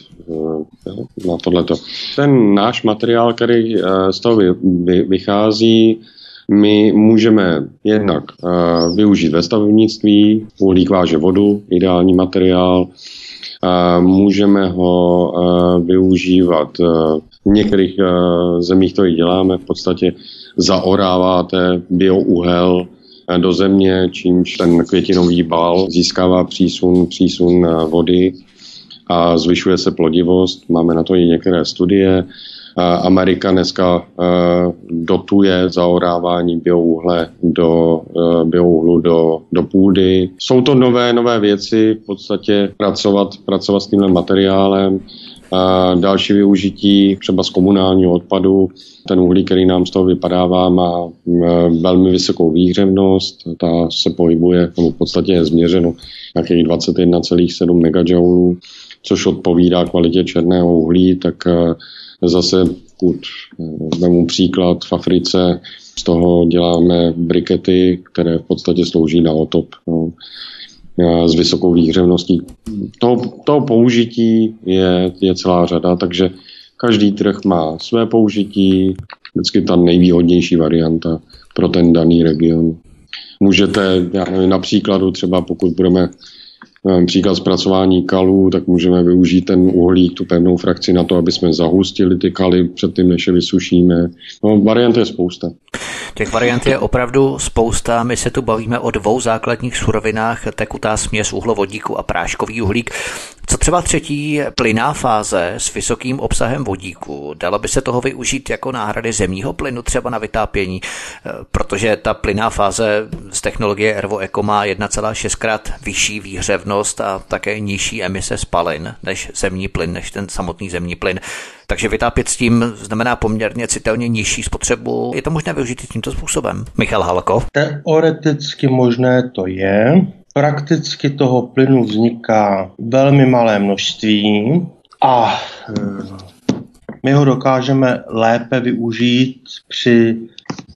na tohleto. Ten náš materiál, který z toho vychází, my můžeme jednak uh, využít ve stavebnictví, uhlík váže vodu, ideální materiál, uh, můžeme ho uh, využívat, uh, v některých uh, zemích to i děláme, v podstatě zaoráváte biouhel uh, do země, čímž ten květinový bal získává přísun, přísun uh, vody a zvyšuje se plodivost, máme na to i některé studie. Amerika dneska uh, dotuje zaorávání biouhle do, uh, biouhlu do, do půdy. Jsou to nové, nové věci, v podstatě pracovat, pracovat s tímhle materiálem. Uh, další využití třeba z komunálního odpadu. Ten uhlík, který nám z toho vypadává, má uh, velmi vysokou výhřevnost. Ta se pohybuje, v podstatě je změřeno nějakých dvacet jedna celá sedm megajoulů, což odpovídá kvalitě černého uhlí, tak uh, zase, pokud vemu příklad, v Africe z toho děláme brikety, které v podstatě slouží na otop, no, s vysokou výhřevností. Toho, toho použití je, je celá řada, takže každý trh má své použití, vždycky ta nejvýhodnější varianta pro ten daný region. Můžete, já nevím, na příkladu třeba pokud budeme příklad zpracování kalů, tak můžeme využít ten uhlík, tu pevnou frakci na to, aby jsme zahustili ty kaly předtím, než je vysušíme. No, variant je spousta. Těch variant je opravdu spousta. My se tu bavíme o dvou základních surovinách, tekutá směs uhlovodíku a práškový uhlík. Co třeba třetí plynná fáze s vysokým obsahem vodíku? Dalo by se toho využít jako náhrady zemního plynu třeba na vytápění? Protože ta plynná fáze z technologie ErvoEco má jedna celá šest krát vyšší výhřevnost a také nižší emise spalin než zemní plyn, než ten samotný zemní plyn. Takže vytápět s tím znamená poměrně citelně nižší spotřebu. Je to možné využít tímto způsobem? Michal Halko? Teoreticky možné to je. Prakticky toho plynu vzniká velmi malé množství a my ho dokážeme lépe využít při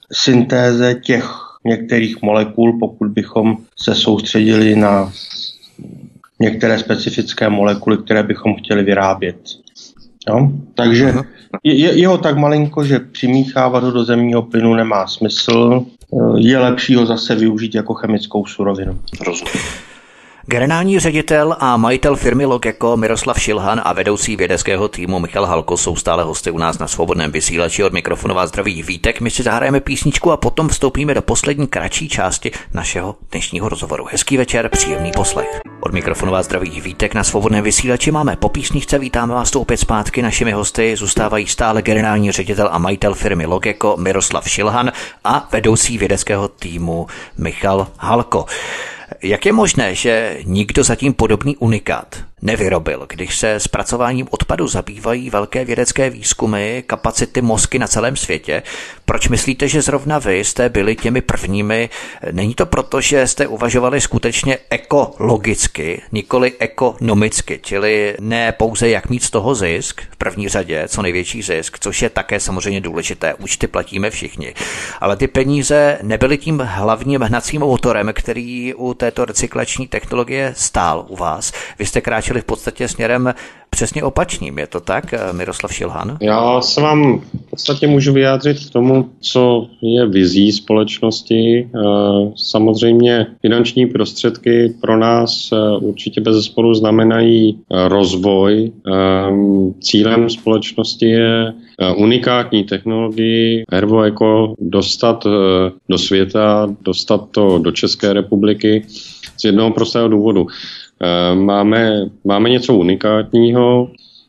syntéze těch některých molekul, pokud bychom se soustředili na některé specifické molekuly, které bychom chtěli vyrábět. Jo? Takže je, je ho tak malinko, že přimíchávat ho do zemního plynu nemá smysl. Je lepší ho zase využít jako chemickou surovinu. Rozumím. Generální ředitel a majitel firmy Logeko Miroslav Šilhan a vedoucí vědeckého týmu Michal Halko jsou stále hosty u nás na Svobodném vysílači. Od mikrofonu vás zdraví Vítek. My si zahrajeme písničku a potom vstoupíme do poslední kratší části našeho dnešního rozhovoru. Hezký večer, příjemný poslech. Od mikrofonu vás zdraví Vítek na Svobodném vysílači. Máme po písničce, vítáme vás tu opět zpátky. Našimi hosty zůstávají stále generální ředitel a majitel firmy Logeko Miroslav Šilhan a vedoucí vědeckého týmu Michal Halko. Jak je možné, že nikdo zatím podobný unikát nevyrobil, když se zpracováním odpadu zabývají velké vědecké výzkumy, kapacity mozky na celém světě? Proč myslíte, že zrovna vy jste byli těmi prvními? Není to proto, že jste uvažovali skutečně ekologicky, nikoli ekonomicky, čili ne pouze jak mít z toho zisk, v první řadě co největší zisk, což je také samozřejmě důležité, účty platíme všichni, ale ty peníze nebyly tím hlavním hnacím motorem, který u této recyklační technologie stál u vás. Vy jste kráčeli v podstatě směrem přesně opačným. Je to tak, Miroslav Šilhan? Já se vám v podstatě můžu vyjádřit k tomu, co je vizí společnosti. Samozřejmě finanční prostředky pro nás určitě bezesporu znamenají rozvoj. Cílem společnosti je unikátní technologii Hervoeco dostat do světa, dostat to do České republiky z jednoho prostého důvodu. Máme, máme něco unikátního,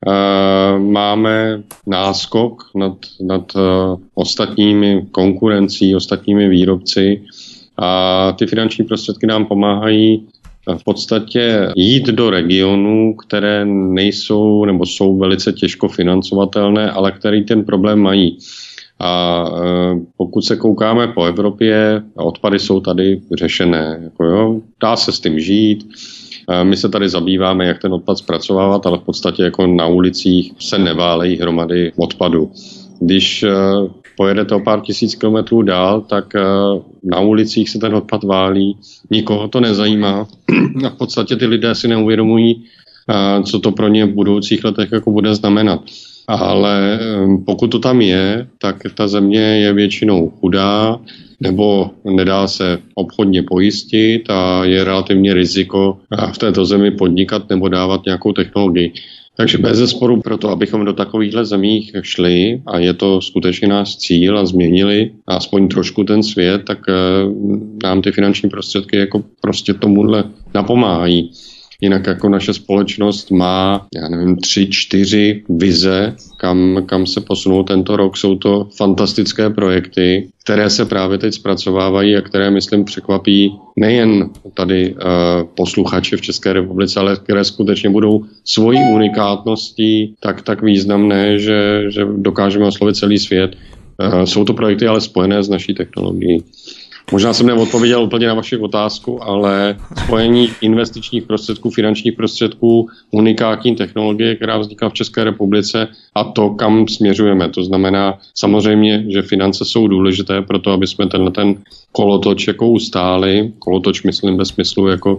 máme náskok nad, nad ostatními konkurencí, ostatními výrobci a ty finanční prostředky nám pomáhají v podstatě jít do regionů, které nejsou nebo jsou velice těžko financovatelné, ale který ten problém mají. A pokud se koukáme po Evropě, odpady jsou tady řešené. Jako jo, dá se s tím žít. My se tady zabýváme, jak ten odpad zpracovávat, ale v podstatě jako na ulicích se neválejí hromady odpadu. Když pojedete o pár tisíc kilometrů dál, tak na ulicích se ten odpad válí. Nikoho to nezajímá. A v podstatě ty lidé si neuvědomují, co to pro ně v budoucích letech jako bude znamenat. Ale pokud to tam je, tak ta země je většinou chudá, nebo nedá se obchodně pojistit a je relativně riziko v této zemi podnikat nebo dávat nějakou technologii. Takže bez zesporu pro to, abychom do takovýchhle zemích šli a je to skutečně náš cíl a změnili aspoň trošku ten svět, tak nám ty finanční prostředky jako prostě tomuhle napomáhají. Jinak jako naše společnost má, já nevím, tři, čtyři vize, kam, kam se posunou tento rok. Jsou to fantastické projekty, které se právě teď zpracovávají a které, myslím, překvapí nejen tady uh, posluchače v České republice, ale které skutečně budou svojí unikátností tak, tak významné, že, že dokážeme oslovit celý svět. Uh, jsou to projekty ale spojené s naší technologií. Možná jsem neodpověděl úplně na vaši otázku, ale spojení investičních prostředků, finančních prostředků, unikátní technologie, která vznikla v České republice a to, kam směřujeme. To znamená samozřejmě, že finance jsou důležité pro to, aby jsme tenhle ten kolotoč jako ustáli. Kolotoč myslím ve smyslu jako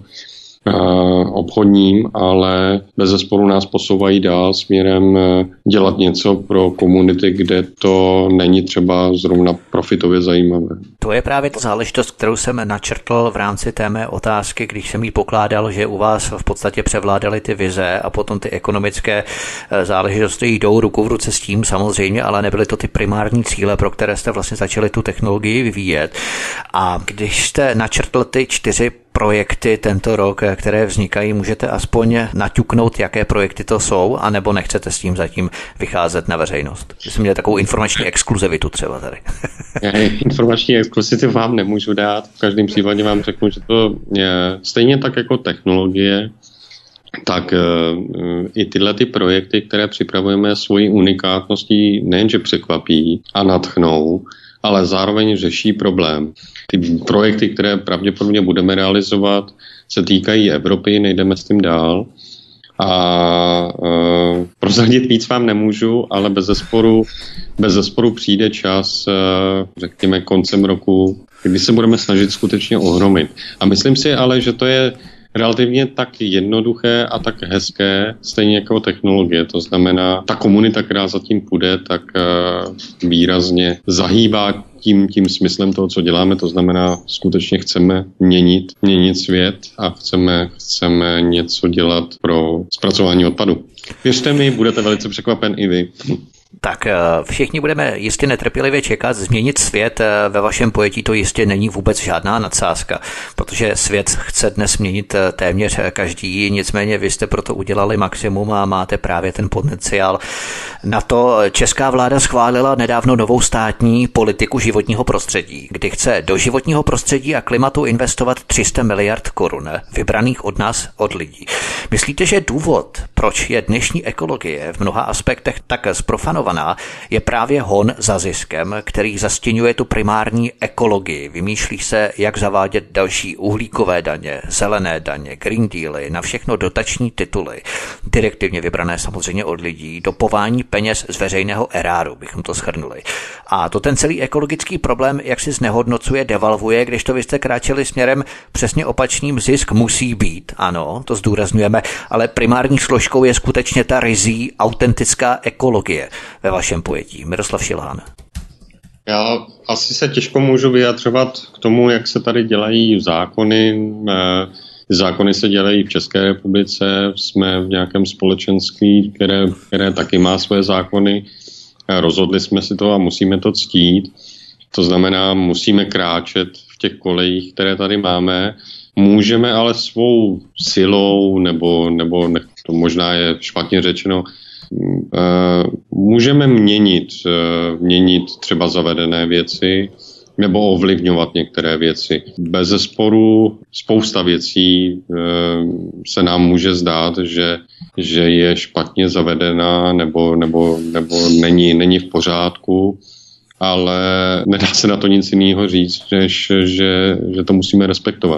obchodním, ale bezesporu nás posouvají dál směrem dělat něco pro komunity, kde to není třeba zrovna profitově zajímavé. To je právě ta záležitost, kterou jsem načrtl v rámci té mé otázky, když jsem jí pokládal, že u vás v podstatě převládaly ty vize a potom ty ekonomické záležitosti jdou ruku v ruce s tím samozřejmě, ale nebyly to ty primární cíle, pro které jste vlastně začali tu technologii vyvíjet. A když jste načrtl ty čtyři projekty tento rok, které vznikají, můžete aspoň naťuknout, jaké projekty to jsou, anebo nechcete s tím zatím vycházet na veřejnost? Že jsem měl takovou informační exkluzivitu třeba tady. Já informační exkluzivitu vám nemůžu dát, v každém případě vám řeknu, že to je stejně tak jako technologie, tak uh, i tyhle ty projekty, které připravujeme svojí unikátností, nejenže překvapí a nadchnou, ale zároveň řeší problém. Ty projekty, které pravděpodobně budeme realizovat, se týkají Evropy, nejdeme s tím dál. A uh, prozradit víc vám nemůžu, ale bez zesporu, bez zesporu přijde čas, uh, řekněme koncem roku, kdy se budeme snažit skutečně ohromit. A myslím si ale, že to je relativně tak jednoduché a tak hezké, stejně jako technologie. To znamená, ta komunita, která zatím půjde, tak uh, výrazně zahýbá tím, tím smyslem toho, co děláme. To znamená, skutečně chceme měnit, měnit svět a chceme, chceme něco dělat pro zpracování odpadu. Věřte mi, budete velice překvapen i vy. Tak všichni budeme jistě netrpělivě čekat. Změnit svět ve vašem pojetí to jistě není vůbec žádná nadsázka, protože svět chce dnes měnit téměř každý, nicméně vy jste proto udělali maximum a máte právě ten potenciál. Na to česká vláda schválila nedávno novou státní politiku životního prostředí, kdy chce do životního prostředí a klimatu investovat tři sta miliard korun, vybraných od nás, od lidí. Myslíte, že důvod, proč je dnešní ekologie v mnoha aspektech tak zprofanovaná, je právě hon za ziskem, který zastěňuje tu primární ekologii. Vymýšlí se, jak zavádět další uhlíkové daně, zelené daně, green dealy, na všechno dotační tituly, direktivně vybrané samozřejmě od lidí, dopování peněz z veřejného eráru, bychom to shrnuli. A to ten celý ekologický problém, jak si znehodnocuje, devalvuje, když to vy jste kráčeli směrem přesně opačným, zisk musí být, ano, to zdůrazňujeme, ale primární složkou je skutečně ta ryzí, autentická ekologie ve vašem pojetí. Miroslav Šilhán. Já asi se těžko můžu vyjadřovat k tomu, jak se tady dělají zákony. Zákony se dělají v České republice, jsme v nějakém společenství, které, které taky má své zákony. Rozhodli jsme si to a musíme to ctít. To znamená, musíme kráčet v těch kolejích, které tady máme. Můžeme ale svou silou, nebo, nebo ne, to možná je špatně řečeno, můžeme měnit, měnit třeba zavedené věci nebo ovlivňovat některé věci. Bezesporu spousta věcí se nám může zdát, že, že je špatně zavedená nebo, nebo, nebo není, není v pořádku, ale nedá se na to nic jiného říct, než že, že to musíme respektovat.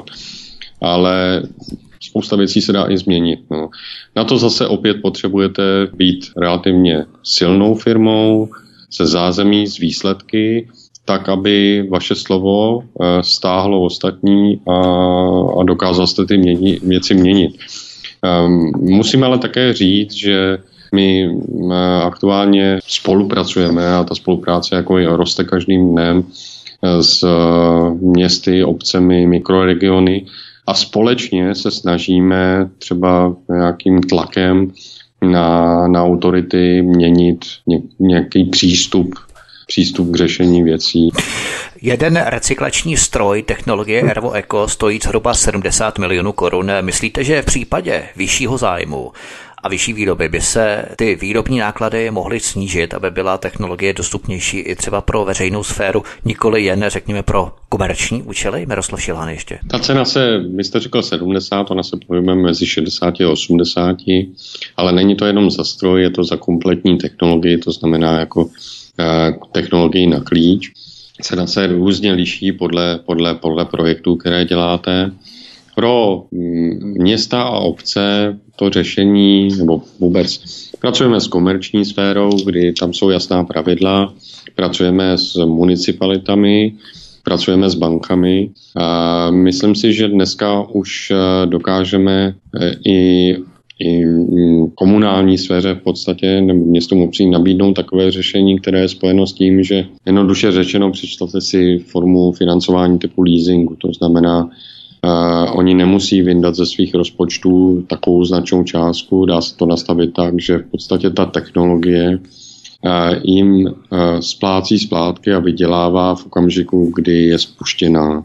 Ale spousta věcí se dá i změnit. No. Na to zase opět potřebujete být relativně silnou firmou, se zázemí, z výsledky, tak, aby vaše slovo stáhlo ostatní a, a dokázal jste ty měni, věci měnit. Um, musím ale také říct, že my aktuálně spolupracujeme a ta spolupráce jako roste každým dnem s městy, obcemi, mikroregiony, a společně se snažíme třeba nějakým tlakem na, na autority měnit ně, nějaký přístup, přístup k řešení věcí. Jeden recyklační stroj technologie Ervo Eco stojí zhruba sedmdesát milionů korun. Myslíte, že v případě vyššího zájmu a vyšší výroby by se ty výrobní náklady mohly snížit, aby byla technologie dostupnější i třeba pro veřejnou sféru, nikoli jen, řekněme, pro komerční účely? Miroslav Šilhán ještě. Ta cena se, vy jste řekl sedmdesát, ona se pohybuje mezi šedesát a osmdesát, ale není to jenom za stroj, je to za kompletní technologii, to znamená jako eh, technologii na klíč. Cena se různě liší podle, podle, podle projektů, které děláte. Pro města a obce to řešení, nebo vůbec pracujeme s komerční sférou, kdy tam jsou jasná pravidla, pracujeme s municipalitami, pracujeme s bankami. A myslím si, že dneska už dokážeme i, i komunální sféře v podstatě, nebo městům obcí nabídnout takové řešení, které je spojeno s tím, že jednoduše řečeno, představte si formu financování typu leasingu, to znamená, Uh, oni nemusí vyndat ze svých rozpočtů takovou značnou částku, dá se to nastavit tak, že v podstatě ta technologie uh, jim uh, splácí splátky a vydělává v okamžiku, kdy je spuštěná.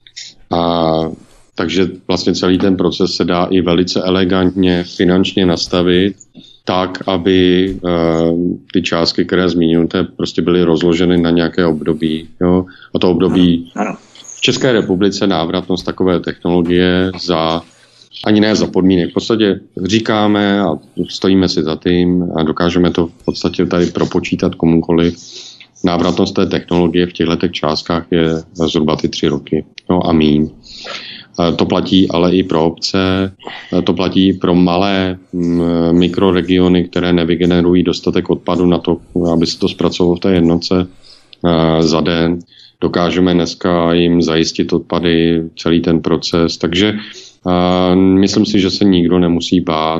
A takže vlastně celý ten proces se dá i velice elegantně finančně nastavit tak, aby uh, ty částky, které zmínujete, prostě byly rozloženy na nějaké období. Jo? A to období... Ano. V České republice návratnost takové technologie za, ani ne za podmínek, v podstatě říkáme a stojíme si za tím a dokážeme to v podstatě tady propočítat komukoliv. Návratnost té technologie v těchto částkách je zhruba ty tři roky, no a míň. To platí ale i pro obce, to platí pro malé mikroregiony, které nevygenerují dostatek odpadu na to, aby se to zpracovalo v té jednotce za den. Dokážeme dneska jim zajistit odpady, celý ten proces, takže myslím si, že se nikdo nemusí bát,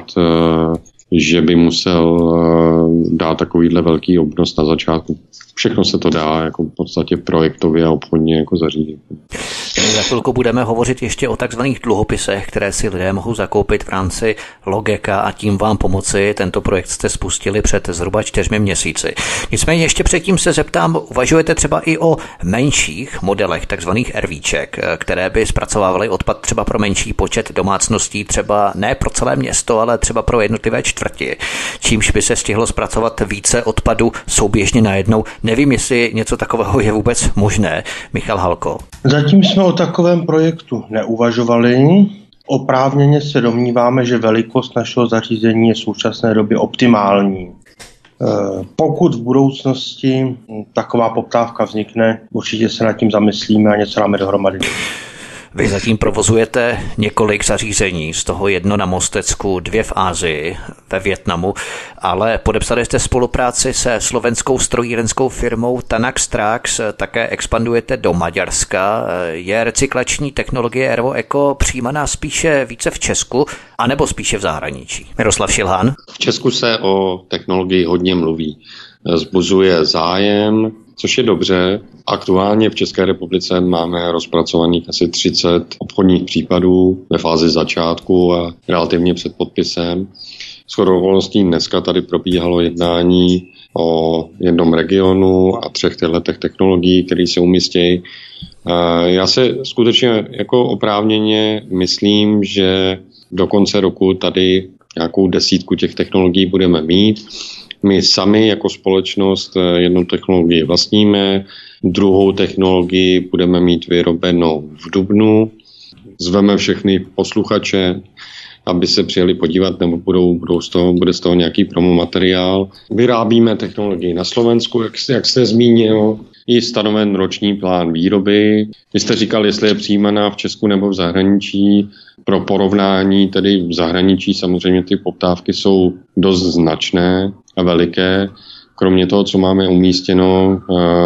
že by musel dát takovýhle velký obnos na začátku. Všechno se to dá jako v podstatě projektově a obchodně jako zařídit. Za chvilku budeme hovořit ještě o takzvaných dluhopisech, které si lidé mohou zakoupit v rámci Logeka a tím vám pomoci. Tento projekt jste spustili před zhruba čtyřmi měsíci. Nicméně ještě předtím se zeptám, uvažujete třeba i o menších modelech takzvaných RVček, které by zpracovávaly odpad třeba pro menší počet domácností, třeba ne pro celé město, ale třeba pro jednotlivé čtvrti, čímž by se stihlo zpracovat více odpadu souběžně najednou. Nevím, jestli něco takového je vůbec možné. Michal Halko. Zatím jsme o takovém projektu neuvažovali. Oprávněně se domníváme, že velikost našeho zařízení je v současné době optimální. Pokud v budoucnosti taková poptávka vznikne, určitě se nad tím zamyslíme a něco dáme dohromady. Vy zatím provozujete několik zařízení, z toho jedno na Mostecku, dvě v Asii, ve Vietnamu, ale podepsali jste spolupráci se slovenskou strojírenskou firmou Tanax Trax, také expandujete do Maďarska. Je recyklační technologie Ervo Eco přijímaná spíše více v Česku, anebo spíše v zahraničí? Miroslav Šilhán. V Česku se o technologii hodně mluví. Zbuzuje zájem, což je dobře. Aktuálně v České republice máme rozpracovaných asi třicet obchodních případů ve fázi začátku a relativně před podpisem. Shodou okolností dneska tady probíhalo jednání o jednom regionu a třech těchto technologií, které se umístějí. Já se skutečně jako oprávněně myslím, že do konce roku tady nějakou desítku těch technologií budeme mít. My sami jako společnost jednu technologii vlastníme, druhou technologii budeme mít vyrobenou v dubnu. Zveme všechny posluchače, aby se přijeli podívat, nebo budou, budou z toho, bude z toho nějaký promomateriál. Vyrábíme technologii na Slovensku, jak, jak jste zmínil, je stanoven roční plán výroby. Vy jste říkal, jestli je přijímaná v Česku nebo v zahraničí. Pro porovnání, tedy v zahraničí samozřejmě ty poptávky jsou dost značné a veliké. Kromě toho, co máme umístěno,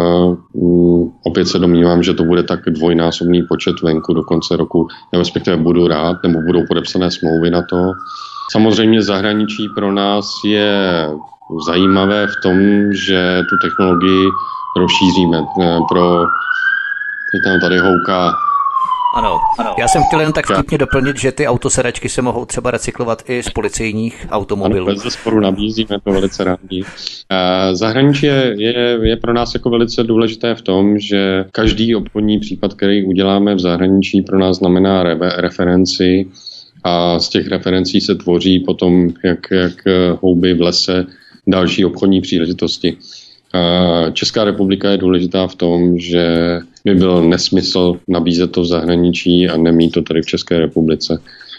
uh, opět se domnívám, že to bude tak dvojnásobný počet venku do konce roku, respektive budu rád, nebo budou podepsané smlouvy na to. Samozřejmě zahraničí pro nás je zajímavé v tom, že tu technologii rozšíříme. Pro, teď tam tady houká. Ano, ano. Já jsem chtěl jen tak vtipně doplnit, že ty autosedačky se mohou třeba recyklovat i z policejních automobilů. Ano, bez zesporu nabízíme to velice rádi. Zahraničí je, je, je pro nás jako velice důležité v tom, že každý obchodní případ, který uděláme v zahraničí, pro nás znamená re, referenci a z těch referencí se tvoří potom, jak, jak houby v lese, další obchodní příležitosti. Česká republika je důležitá v tom, že by byl nesmysl nabízet to v zahraničí a nemít to tady v České republice.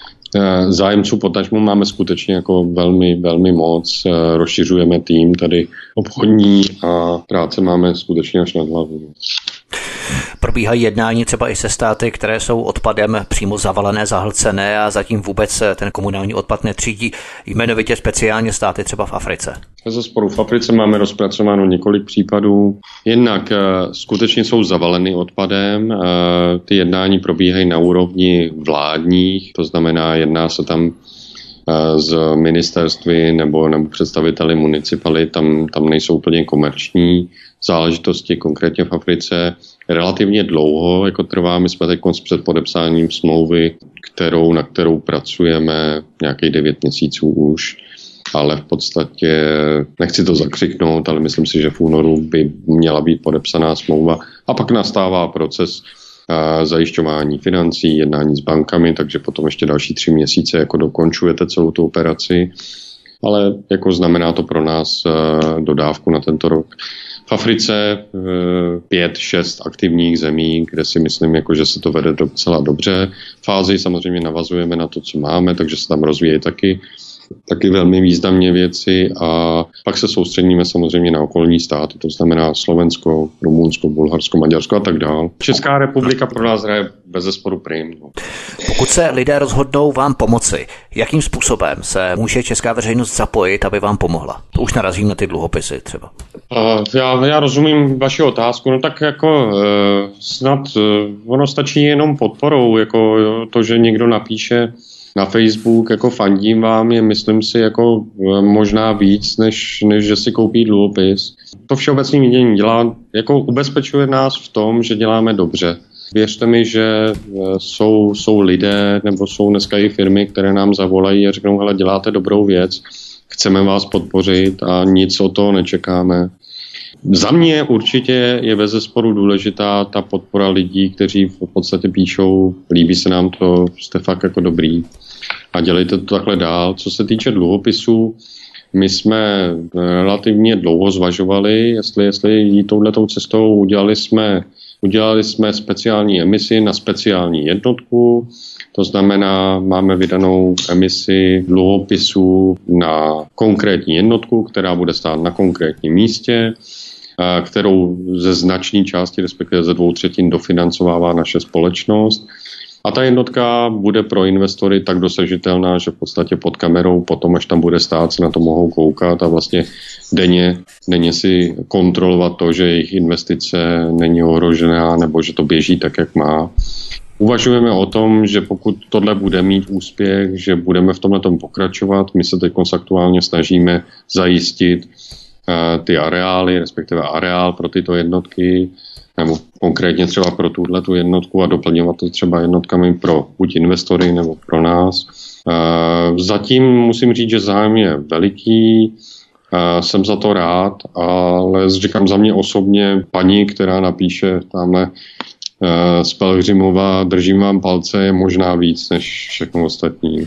Zájemců potažmu máme skutečně jako velmi, velmi moc. Rozšiřujeme tým tady obchodní a práce máme skutečně až nad hlavu. Probíhají jednání třeba i se státy, které jsou odpadem přímo zavalené, zahlcené a zatím vůbec ten komunální odpad netřídí, jmenovitě speciálně státy třeba v Africe. Zesporu v Africe máme rozpracováno několik případů. Jednak uh, skutečně jsou zavaleny odpadem. Uh, ty jednání probíhají na úrovni vládních, to znamená, jedná se tam uh, z ministerství nebo, nebo představiteli municipalit, tam, tam nejsou úplně komerční záležitosti, konkrétně v Africe. Relativně dlouho jako trvá, my jsme teď před podepsáním smlouvy, kterou, na kterou pracujeme nějakých devět měsíců už, ale v podstatě nechci to zakřiknout, ale myslím si, že v únoru by měla být podepsaná smlouva a pak nastává proces a, zajišťování financí, jednání s bankami, takže potom ještě další tři měsíce jako dokončujete celou tu operaci, ale jako znamená to pro nás a, dodávku na tento rok. V Africe pět, šest aktivních zemí, kde si myslím, jako, že se to vede docela dobře. V Ázii samozřejmě navazujeme na to, co máme, takže se tam rozvíjejí taky, taky velmi významně věci a pak se soustředíme samozřejmě na okolní státy, to znamená Slovensko, Rumunsko, Bulharsko, Maďarsko a tak dál. Česká republika pro nás hraje bezesporu prim. No. Pokud se lidé rozhodnou vám pomoci, jakým způsobem se může česká veřejnost zapojit, aby vám pomohla? Už narazím na ty dluhopisy třeba. Uh, já, já rozumím vaši otázku, no tak jako uh, snad uh, ono stačí jenom podporou, jako to, že někdo napíše na Facebook, jako fandím vám, je myslím si jako uh, možná víc, než, než že si koupí dluhopis. To všeobecné mínění dělá, jako ubezpečuje nás v tom, že děláme dobře. Věřte mi, že jsou, jsou lidé nebo jsou dneska i firmy, které nám zavolají a řeknou, hele, děláte dobrou věc, chceme vás podpořit a nic o toho nečekáme. Za mě určitě je bezesporu důležitá ta podpora lidí, kteří v podstatě píšou, líbí se nám to, jste fakt jako dobrý a dělejte to takhle dál. Co se týče dluhopisů, my jsme relativně dlouho zvažovali, jestli, jestli jít touhletou cestou, udělali jsme Udělali jsme speciální emisi na speciální jednotku, to znamená, máme vydanou emisi dluhopisů na konkrétní jednotku, která bude stát na konkrétním místě, kterou ze značné části, respektive ze dvou třetin dofinancovává naše společnost. A ta jednotka bude pro investory tak dosažitelná, že v podstatě pod kamerou potom, až tam bude stát, se na to mohou koukat a vlastně denně, denně si kontrolovat to, že jejich investice není ohrožená nebo že to běží tak, jak má. Uvažujeme o tom, že pokud tohle bude mít úspěch, že budeme v tomhletom pokračovat. My se teď aktuálně snažíme zajistit uh, ty areály, respektive areál pro tyto jednotky, nebo konkrétně třeba pro tuhletu jednotku a doplňovat to třeba jednotkami pro buď investory nebo pro nás. Zatím musím říct, že zájem je veliký, jsem za to rád, ale říkám za mě osobně paní, která napíše tamhle z Pelhřimova, držím vám palce, je možná víc než všechno ostatní.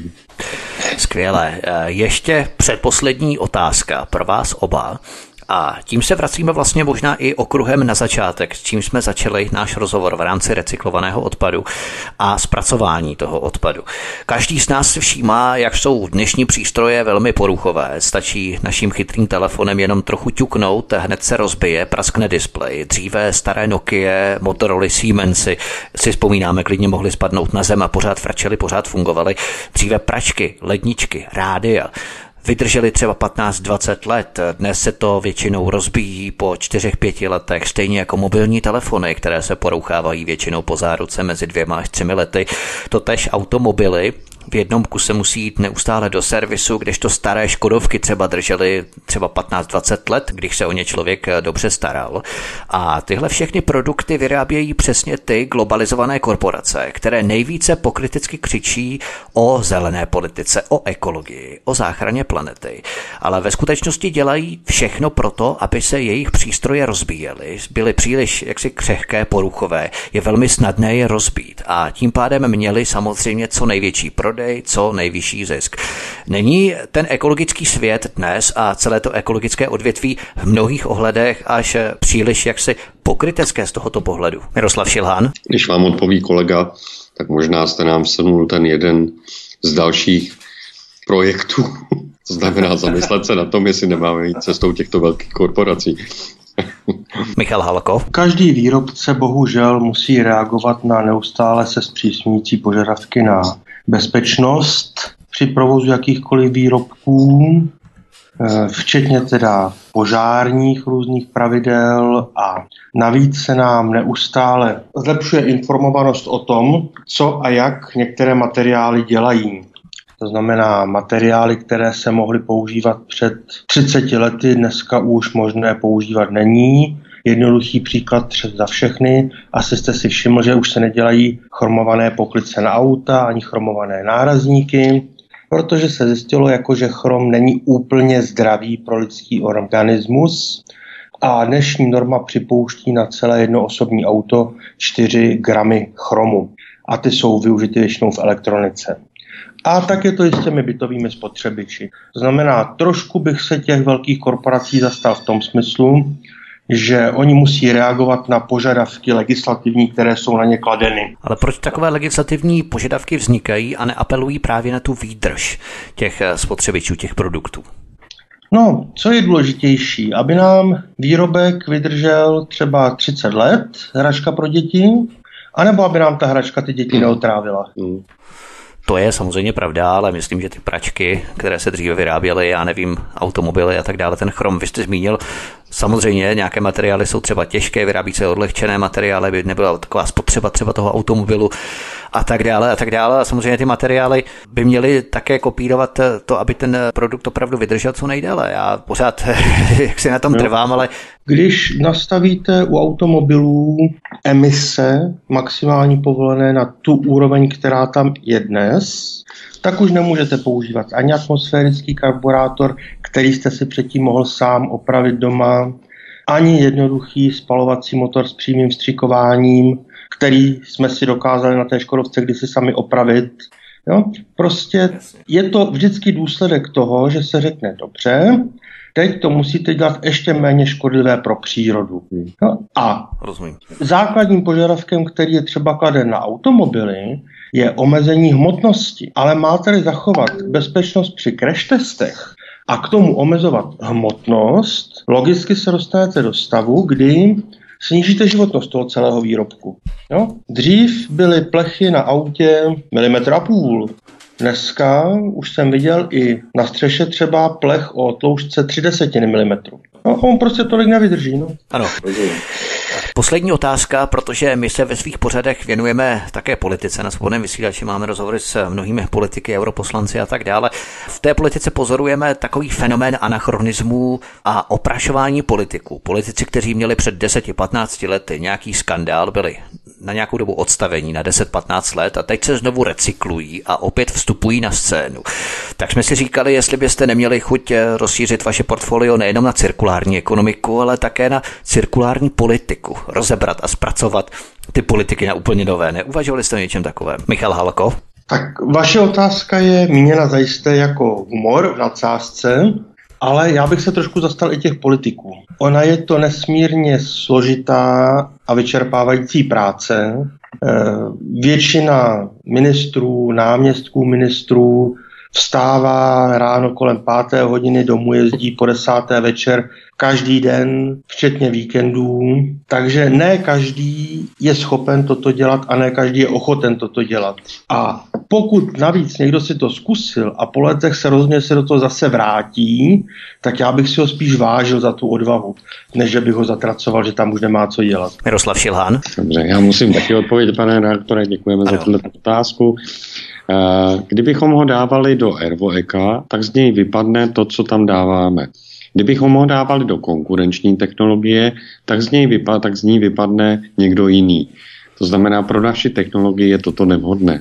Skvělé. Ještě předposlední otázka pro vás oba. A tím se vracíme vlastně možná i okruhem na začátek, s čím jsme začali náš rozhovor v rámci recyklovaného odpadu a zpracování toho odpadu. Každý z nás si všímá, jak jsou dnešní přístroje velmi poruchové. Stačí naším chytrým telefonem jenom trochu ťuknout, hned se rozbije, praskne displej. Dříve staré Nokia, Motorola, Siemensy, si vzpomínáme, klidně mohly spadnout na zem a pořád frčely, pořád fungovaly. Dříve pračky, ledničky, rádia vydrželi třeba patnáct dvacet let, dnes se to většinou rozbíjí po čtyřech pěti letech, stejně jako mobilní telefony, které se porouchávají většinou po záruce mezi dvěma až třemi lety. Totéž automobily v jednom kuse musí jít neustále do servisu, kdežto staré Škodovky třeba držely třeba patnáct dvacet let, když se o ně člověk dobře staral. A tyhle všechny produkty vyrábějí přesně ty globalizované korporace, které nejvíce pokrytecky křičí o zelené politice, o ekologii, o záchraně planety. Ale ve skutečnosti dělají všechno proto, aby se jejich přístroje rozbíjely, byly příliš jaksi křehké, poruchové, je velmi snadné je rozbít a tím pádem měli samozřejmě co největší prodej, co nejvyšší zisk. Není ten ekologický svět dnes a celé to ekologické odvětví v mnohých ohledech až příliš jaksi pokrytecké z tohoto pohledu? Miroslav Šilhán? Když vám odpoví kolega, tak možná jste nám vsunul ten jeden z dalších projektů. To znamená zamyslet se na tom, jestli nemáme jít cestou těchto velkých korporací. Michal Halko. Každý výrobce bohužel musí reagovat na neustále se zpřísňující požadavky na bezpečnost při provozu jakýchkoliv výrobků, včetně teda požárních různých pravidel, a navíc se nám neustále zlepšuje informovanost o tom, co a jak některé materiály dělají. To znamená, materiály, které se mohly používat před třiceti lety, dneska už možné používat není. Jednoduchý příklad za všechny. Asi jste si všiml, že už se nedělají chromované poklice na auta ani chromované nárazníky, protože se zjistilo, jako, že chrom není úplně zdravý pro lidský organismus a dnešní norma připouští na celé jedno osobní auto čtyři gramy chromu a ty jsou využity většinou v elektronice. A tak je to i s těmi bytovými spotřebiči. To znamená, trošku bych se těch velkých korporací zastal v tom smyslu, že oni musí reagovat na požadavky legislativní, které jsou na ně kladeny. Ale proč takové legislativní požadavky vznikají a neapelují právě na tu výdrž těch spotřebičů, těch produktů? No, co je důležitější? Aby nám výrobek vydržel třeba třicet let, hračka pro děti, anebo aby nám ta hračka ty děti neotrávila. Mm. To je samozřejmě pravda, ale myslím, že ty pračky, které se dříve vyráběly, já nevím, automobily a tak dále, ten chrom, vy jste zmínil, samozřejmě nějaké materiály jsou třeba těžké, vyrábí se odlehčené materiály, by nebyla taková spotřeba třeba toho automobilu a tak dále a tak dále. A samozřejmě ty materiály by měly také kopírovat to, aby ten produkt opravdu vydržel co nejdéle. Já pořád, jak si na tom trvám, ale... Když nastavíte u automobilů emise maximální povolené na tu úroveň, která tam je dnes, tak už nemůžete používat ani atmosférický karburátor, který jste si předtím mohl sám opravit doma, ani jednoduchý spalovací motor s přímým vstřikováním, který jsme si dokázali na té Škodovce kdysi sami opravit. Jo? Prostě je to vždycky důsledek toho, že se řekne dobře, teď to musíte dělat ještě méně škodlivé pro přírodu. No a Rozumím. Základním požadavkem, který je třeba kladen na automobily, je omezení hmotnosti. Ale máte-li zachovat bezpečnost při crash testech a k tomu omezovat hmotnost, logicky se dostanete do stavu, kdy snížíte životnost toho celého výrobku. Jo? Dřív byly plechy na autě milimetr a půl. Dneska už jsem viděl i na střeše třeba plech o tloušťce tři desetiny milimetru. No, on prostě tolik nevydrží. No. Ano. Poslední otázka, protože my se ve svých pořadech věnujeme také politice. Na Svobodném vysílači máme rozhovory s mnohými politiky, europoslanci a tak dále. V té politice pozorujeme takový fenomén anachronismů a oprašování politiků. Politici, kteří měli před deset patnáct lety nějaký skandál, byli na nějakou dobu odstavení na deset patnáct let a teď se znovu recyklují a opět vstupují na scénu. Tak jsme si říkali, jestli byste neměli chuť rozšířit vaše portfolio nejenom na cirkulární ekonomiku, ale také na cirkulární politiku. Rozebrat a zpracovat ty politiky na úplně nové. Neuvažovali jste o něčem takovém? Michal Halko? Tak vaše otázka je míněna zajisté jako humor v nadsázce, ale já bych se trošku zastal i těch politiků. Ona je to nesmírně složitá a vyčerpávající práce. Většina ministrů, náměstků ministrů vstává ráno kolem páté hodiny, domů jezdí po desáté večer každý den, včetně víkendů. Takže ne každý je schopen toto dělat a ne každý je ochoten toto dělat. A pokud navíc někdo si to zkusil a po letech se rozhodně se do toho zase vrátí, tak já bych si ho spíš vážil za tu odvahu, než že bych ho zatracoval, že tam už nemá co dělat. Miroslav Šilhán. Dobře, já musím taky odpovědět, pane redaktore, děkujeme ano. za tuto otázku. Kdybychom ho dávali do Ervoeka, tak z něj vypadne to, co tam dáváme. Kdybychom ho dávali do konkurenční technologie, tak z něj vypadne, tak z ní vypadne někdo jiný. To znamená, pro naši technologii je toto nevhodné.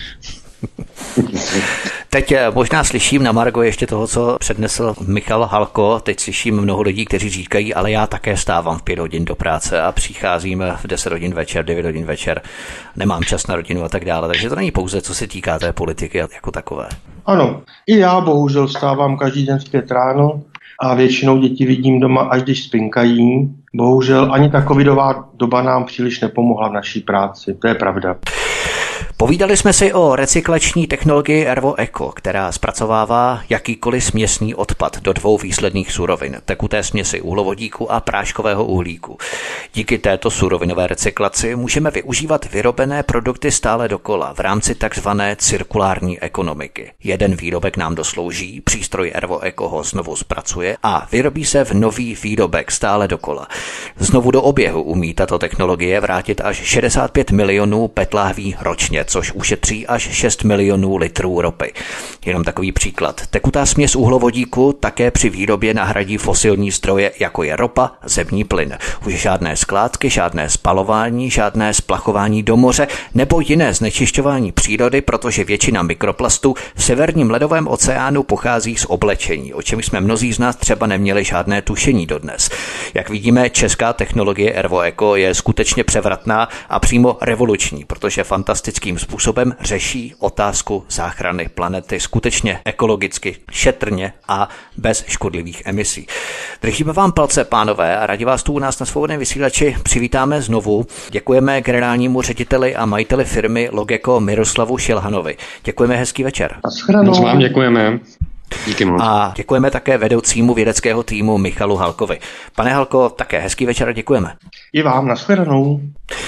Teď možná slyším na margo ještě toho, co přednesl Michal Halko. Teď slyším mnoho lidí, kteří říkají, ale já také stávám v pět hodin do práce a přicházím v deset hodin večer, devět hodin večer, nemám čas na rodinu a tak dále. Takže to není pouze, co se týká té politiky jako takové. Ano, i já bohužel vstávám každý den v pět ráno a většinou děti vidím doma, až když spinkají. Bohužel ani ta covidová doba nám příliš nepomohla v naší práci, to je pravda. Povídali jsme si o recyklační technologii ErvoEco, která zpracovává jakýkoliv směsný odpad do dvou výsledných surovin, tekuté směsi uhlovodíku a práškového uhlíku. Díky této surovinové recyklaci můžeme využívat vyrobené produkty stále dokola v rámci takzvané cirkulární ekonomiky. Jeden výrobek nám doslouží, přístroj ErvoEco ho znovu zpracuje a vyrobí se v nový výrobek stále dokola. Znovu do oběhu umí tato technologie vrátit až šedesát pět milionů pet láhví ročně, což ušetří až šest milionů litrů ropy. Jenom takový příklad. Tekutá směs uhlovodíku také při výrobě nahradí fosilní zdroje, jako je ropa, zemní plyn. Už žádné skládky, žádné spalování, žádné splachování do moře nebo jiné znečišťování přírody, protože většina mikroplastů v severním ledovém oceánu pochází z oblečení, o čem jsme mnozí z nás třeba neměli žádné tušení dodnes. Jak vidíme, česká technologie ErvoEco je skutečně převratná a přímo revoluční, protože fantastickým způsobem řeší otázku záchrany planety skutečně ekologicky, šetrně a bez škodlivých emisí. Držíme vám palce, pánové, a rádi vás tu u nás na Svobodném vysílači přivítáme znovu. Děkujeme generálnímu řediteli a majiteli firmy Logeco Miroslavu Šilhanovi. Děkujeme, hezký večer. Moc vám děkujeme. Díky moc. A děkujeme také vedoucímu vědeckého týmu Michalu Halkovi. Pane Halko, také hezký večer a děkujeme. I vám, nashledanou.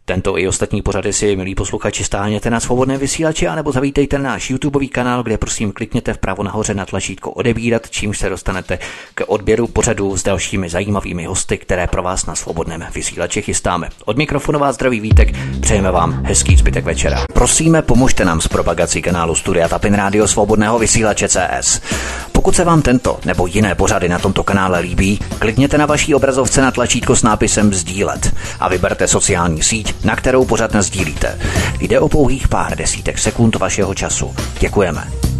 Tento i ostatní pořady si, milí posluchači, stáhněte na Svobodném vysílači anebo zavítejte na náš YouTubeový kanál, kde prosím klikněte vpravo nahoře na tlačítko odebírat, čímž se dostanete k odběru pořadů s dalšími zajímavými hosty, které pro vás na Svobodném vysílači chystáme. Od mikrofonu vás zdraví Vítek, přejeme vám hezký zbytek večera. Prosíme, pomožte nám s propagací kanálu Studia Tapin Rádio Svobodného vysílače C S. Pokud se vám tento nebo jiné pořady na tomto kanále líbí, klikněte na vaší obrazovce na tlačítko s nápisem sdílet a vyberte sociální síť, na kterou pořad nasdílíte. Jde o pouhých pár desítek sekund vašeho času. Děkujeme.